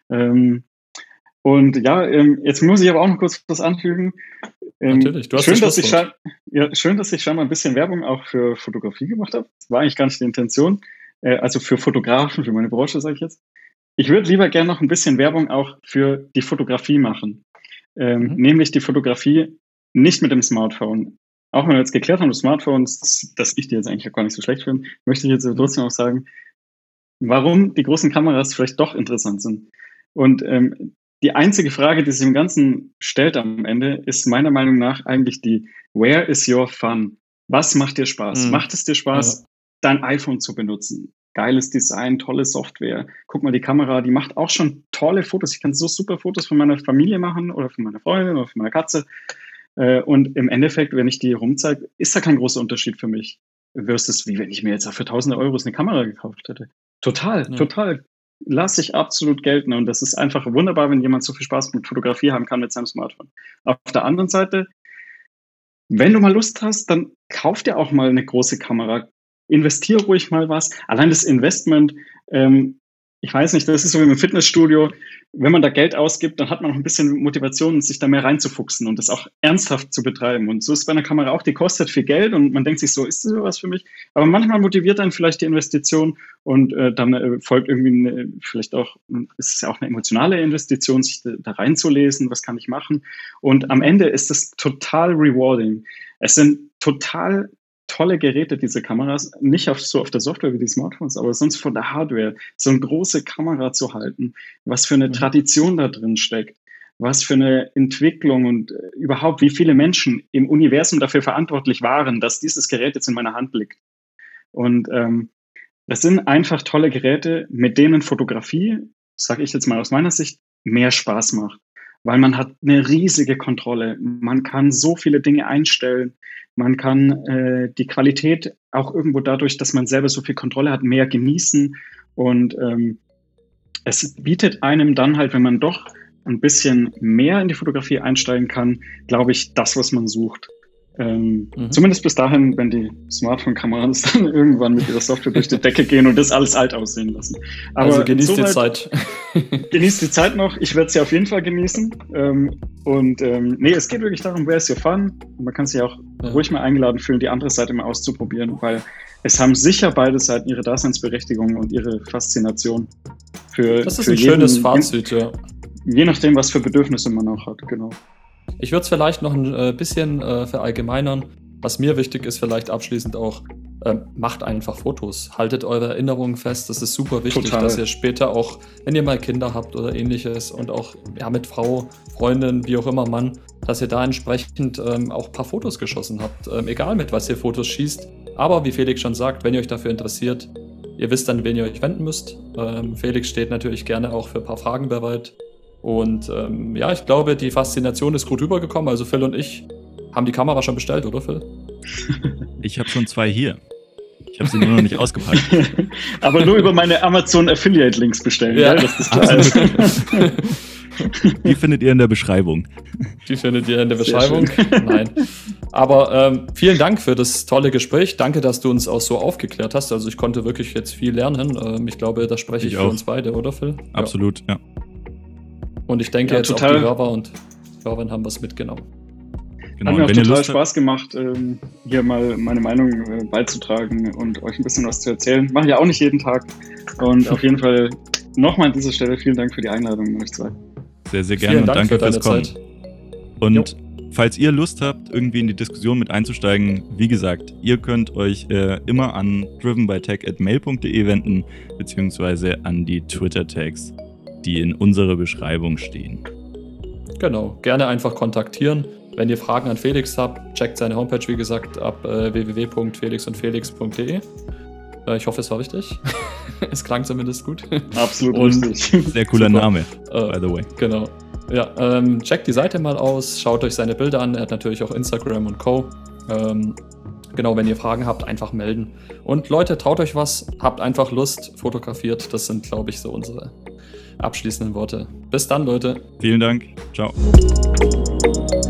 Jetzt muss ich aber auch noch kurz was anfügen. Natürlich, du hast schön, dass ich schon mal ein bisschen Werbung auch für Fotografie gemacht habe. Das war eigentlich gar nicht die Intention. Also für Fotografen, für meine Branche, sage ich jetzt. Ich würde lieber gerne noch ein bisschen Werbung auch für die Fotografie machen. Nämlich die Fotografie nicht mit dem Smartphone. Auch wenn wir jetzt geklärt haben, das Smartphone, dass ich die jetzt eigentlich gar nicht so schlecht finde, möchte ich jetzt trotzdem auch sagen, warum die großen Kameras vielleicht doch interessant sind. Und die einzige Frage, die sich im Ganzen stellt am Ende, ist meiner Meinung nach eigentlich die, where is your fun? Was macht dir Spaß? Macht es dir Spaß, dein iPhone zu benutzen? Geiles Design, tolle Software. Guck mal, die Kamera, die macht auch schon tolle Fotos. Ich kann so super Fotos von meiner Familie machen oder von meiner Freundin oder von meiner Katze. Und im Endeffekt, wenn ich die rumzeige, ist da kein großer Unterschied für mich. Versus wie wenn ich mir jetzt für tausende Euros eine Kamera gekauft hätte. Total. Lasse ich absolut gelten. Und das ist einfach wunderbar, wenn jemand so viel Spaß mit Fotografie haben kann mit seinem Smartphone. Auf der anderen Seite, wenn du mal Lust hast, dann kauf dir auch mal eine große Kamera. investiere ruhig mal was. Allein das Investment, ich weiß nicht, das ist so wie im Fitnessstudio. Wenn man da Geld ausgibt, dann hat man noch ein bisschen Motivation, sich da mehr reinzufuchsen und das auch ernsthaft zu betreiben. Und so ist bei einer Kamera auch, die kostet viel Geld und man denkt sich so, ist das was für mich? Aber manchmal motiviert dann vielleicht die Investition und dann folgt irgendwie vielleicht auch, ist es ja auch eine emotionale Investition, sich da reinzulesen, was kann ich machen? Und am Ende ist das total rewarding. Es sind total tolle Geräte, diese Kameras, nicht auf der Software wie die Smartphones, aber sonst von der Hardware, so eine große Kamera zu halten, was für eine Tradition da drin steckt, was für eine Entwicklung und überhaupt, wie viele Menschen im Universum dafür verantwortlich waren, dass dieses Gerät jetzt in meiner Hand liegt. Und das sind einfach tolle Geräte, mit denen Fotografie, sage ich jetzt mal aus meiner Sicht, mehr Spaß macht. Weil man hat eine riesige Kontrolle. Man kann so viele Dinge einstellen. Man kann die Qualität auch irgendwo dadurch, dass man selber so viel Kontrolle hat, mehr genießen. Und es bietet einem dann halt, wenn man doch ein bisschen mehr in die Fotografie einsteigen kann, glaube ich, das, was man sucht. Zumindest bis dahin, wenn die Smartphone-Kameras dann irgendwann mit ihrer Software durch die Decke gehen und das alles alt aussehen lassen. Aber also genießt die Zeit. Genießt die Zeit noch. Ich werde sie auf jeden Fall genießen. Es geht wirklich darum, where is your fun? Und man kann sich auch ruhig mal eingeladen fühlen, die andere Seite mal auszuprobieren, weil es haben sicher beide Seiten ihre Daseinsberechtigung und ihre Faszination. Das ist ein schönes Fazit, ja. Je nachdem, was für Bedürfnisse man auch hat, genau. Ich würde es vielleicht noch ein bisschen verallgemeinern. Was mir wichtig ist, vielleicht abschließend auch, macht einfach Fotos. Haltet eure Erinnerungen fest. Das ist super wichtig, dass ihr später auch, wenn ihr mal Kinder habt oder ähnliches und auch mit Frau, Freundin, wie auch immer Mann, dass ihr da entsprechend auch ein paar Fotos geschossen habt. Egal mit was ihr Fotos schießt. Aber wie Felix schon sagt, wenn ihr euch dafür interessiert, ihr wisst dann, wen ihr euch wenden müsst. Felix steht natürlich gerne auch für ein paar Fragen bereit. Und ich glaube, die Faszination ist gut rübergekommen. Also Phil und ich haben die Kamera schon bestellt, oder Phil? Ich habe schon 2 hier. Ich habe sie nur noch nicht ausgepackt. Aber nur über meine Amazon Affiliate Links bestellen. Ja, das ist klar. Die findet ihr in der Beschreibung. Die findet ihr in der Beschreibung? Nein. Aber vielen Dank für das tolle Gespräch. Danke, dass du uns auch so aufgeklärt hast. Also ich konnte wirklich jetzt viel lernen. Ich glaube, da spreche ich für uns beide, oder Phil? Absolut, ja. Und ich denke jetzt total. Auch die Hörer und Hörerinnen haben was mitgenommen. Genau. Hat mir auch total Spaß gemacht, hier mal meine Meinung beizutragen und euch ein bisschen was zu erzählen. Mache ich ja auch nicht jeden Tag. Und auf jeden Fall nochmal an dieser Stelle vielen Dank für die Einladung, euch zwei. Sehr, sehr gerne und danke fürs Kommen. Und falls ihr Lust habt, irgendwie in die Diskussion mit einzusteigen, wie gesagt, ihr könnt euch immer an drivenbytech@mail.de wenden, beziehungsweise an die Twitter-Tags, die in unserer Beschreibung stehen. Genau, gerne einfach kontaktieren. Wenn ihr Fragen an Felix habt, checkt seine Homepage, wie gesagt, ab www.felixundfelix.de. Ich hoffe, es war richtig. Es klang zumindest gut. Absolut richtig. Sehr cooler Name, by the way. Genau. Ja, checkt die Seite mal aus, schaut euch seine Bilder an. Er hat natürlich auch Instagram und Co. Genau, wenn ihr Fragen habt, einfach melden. Und Leute, traut euch was, habt einfach Lust, fotografiert. Das sind, glaube ich, so unsere abschließenden Worte. Bis dann, Leute. Vielen Dank. Ciao.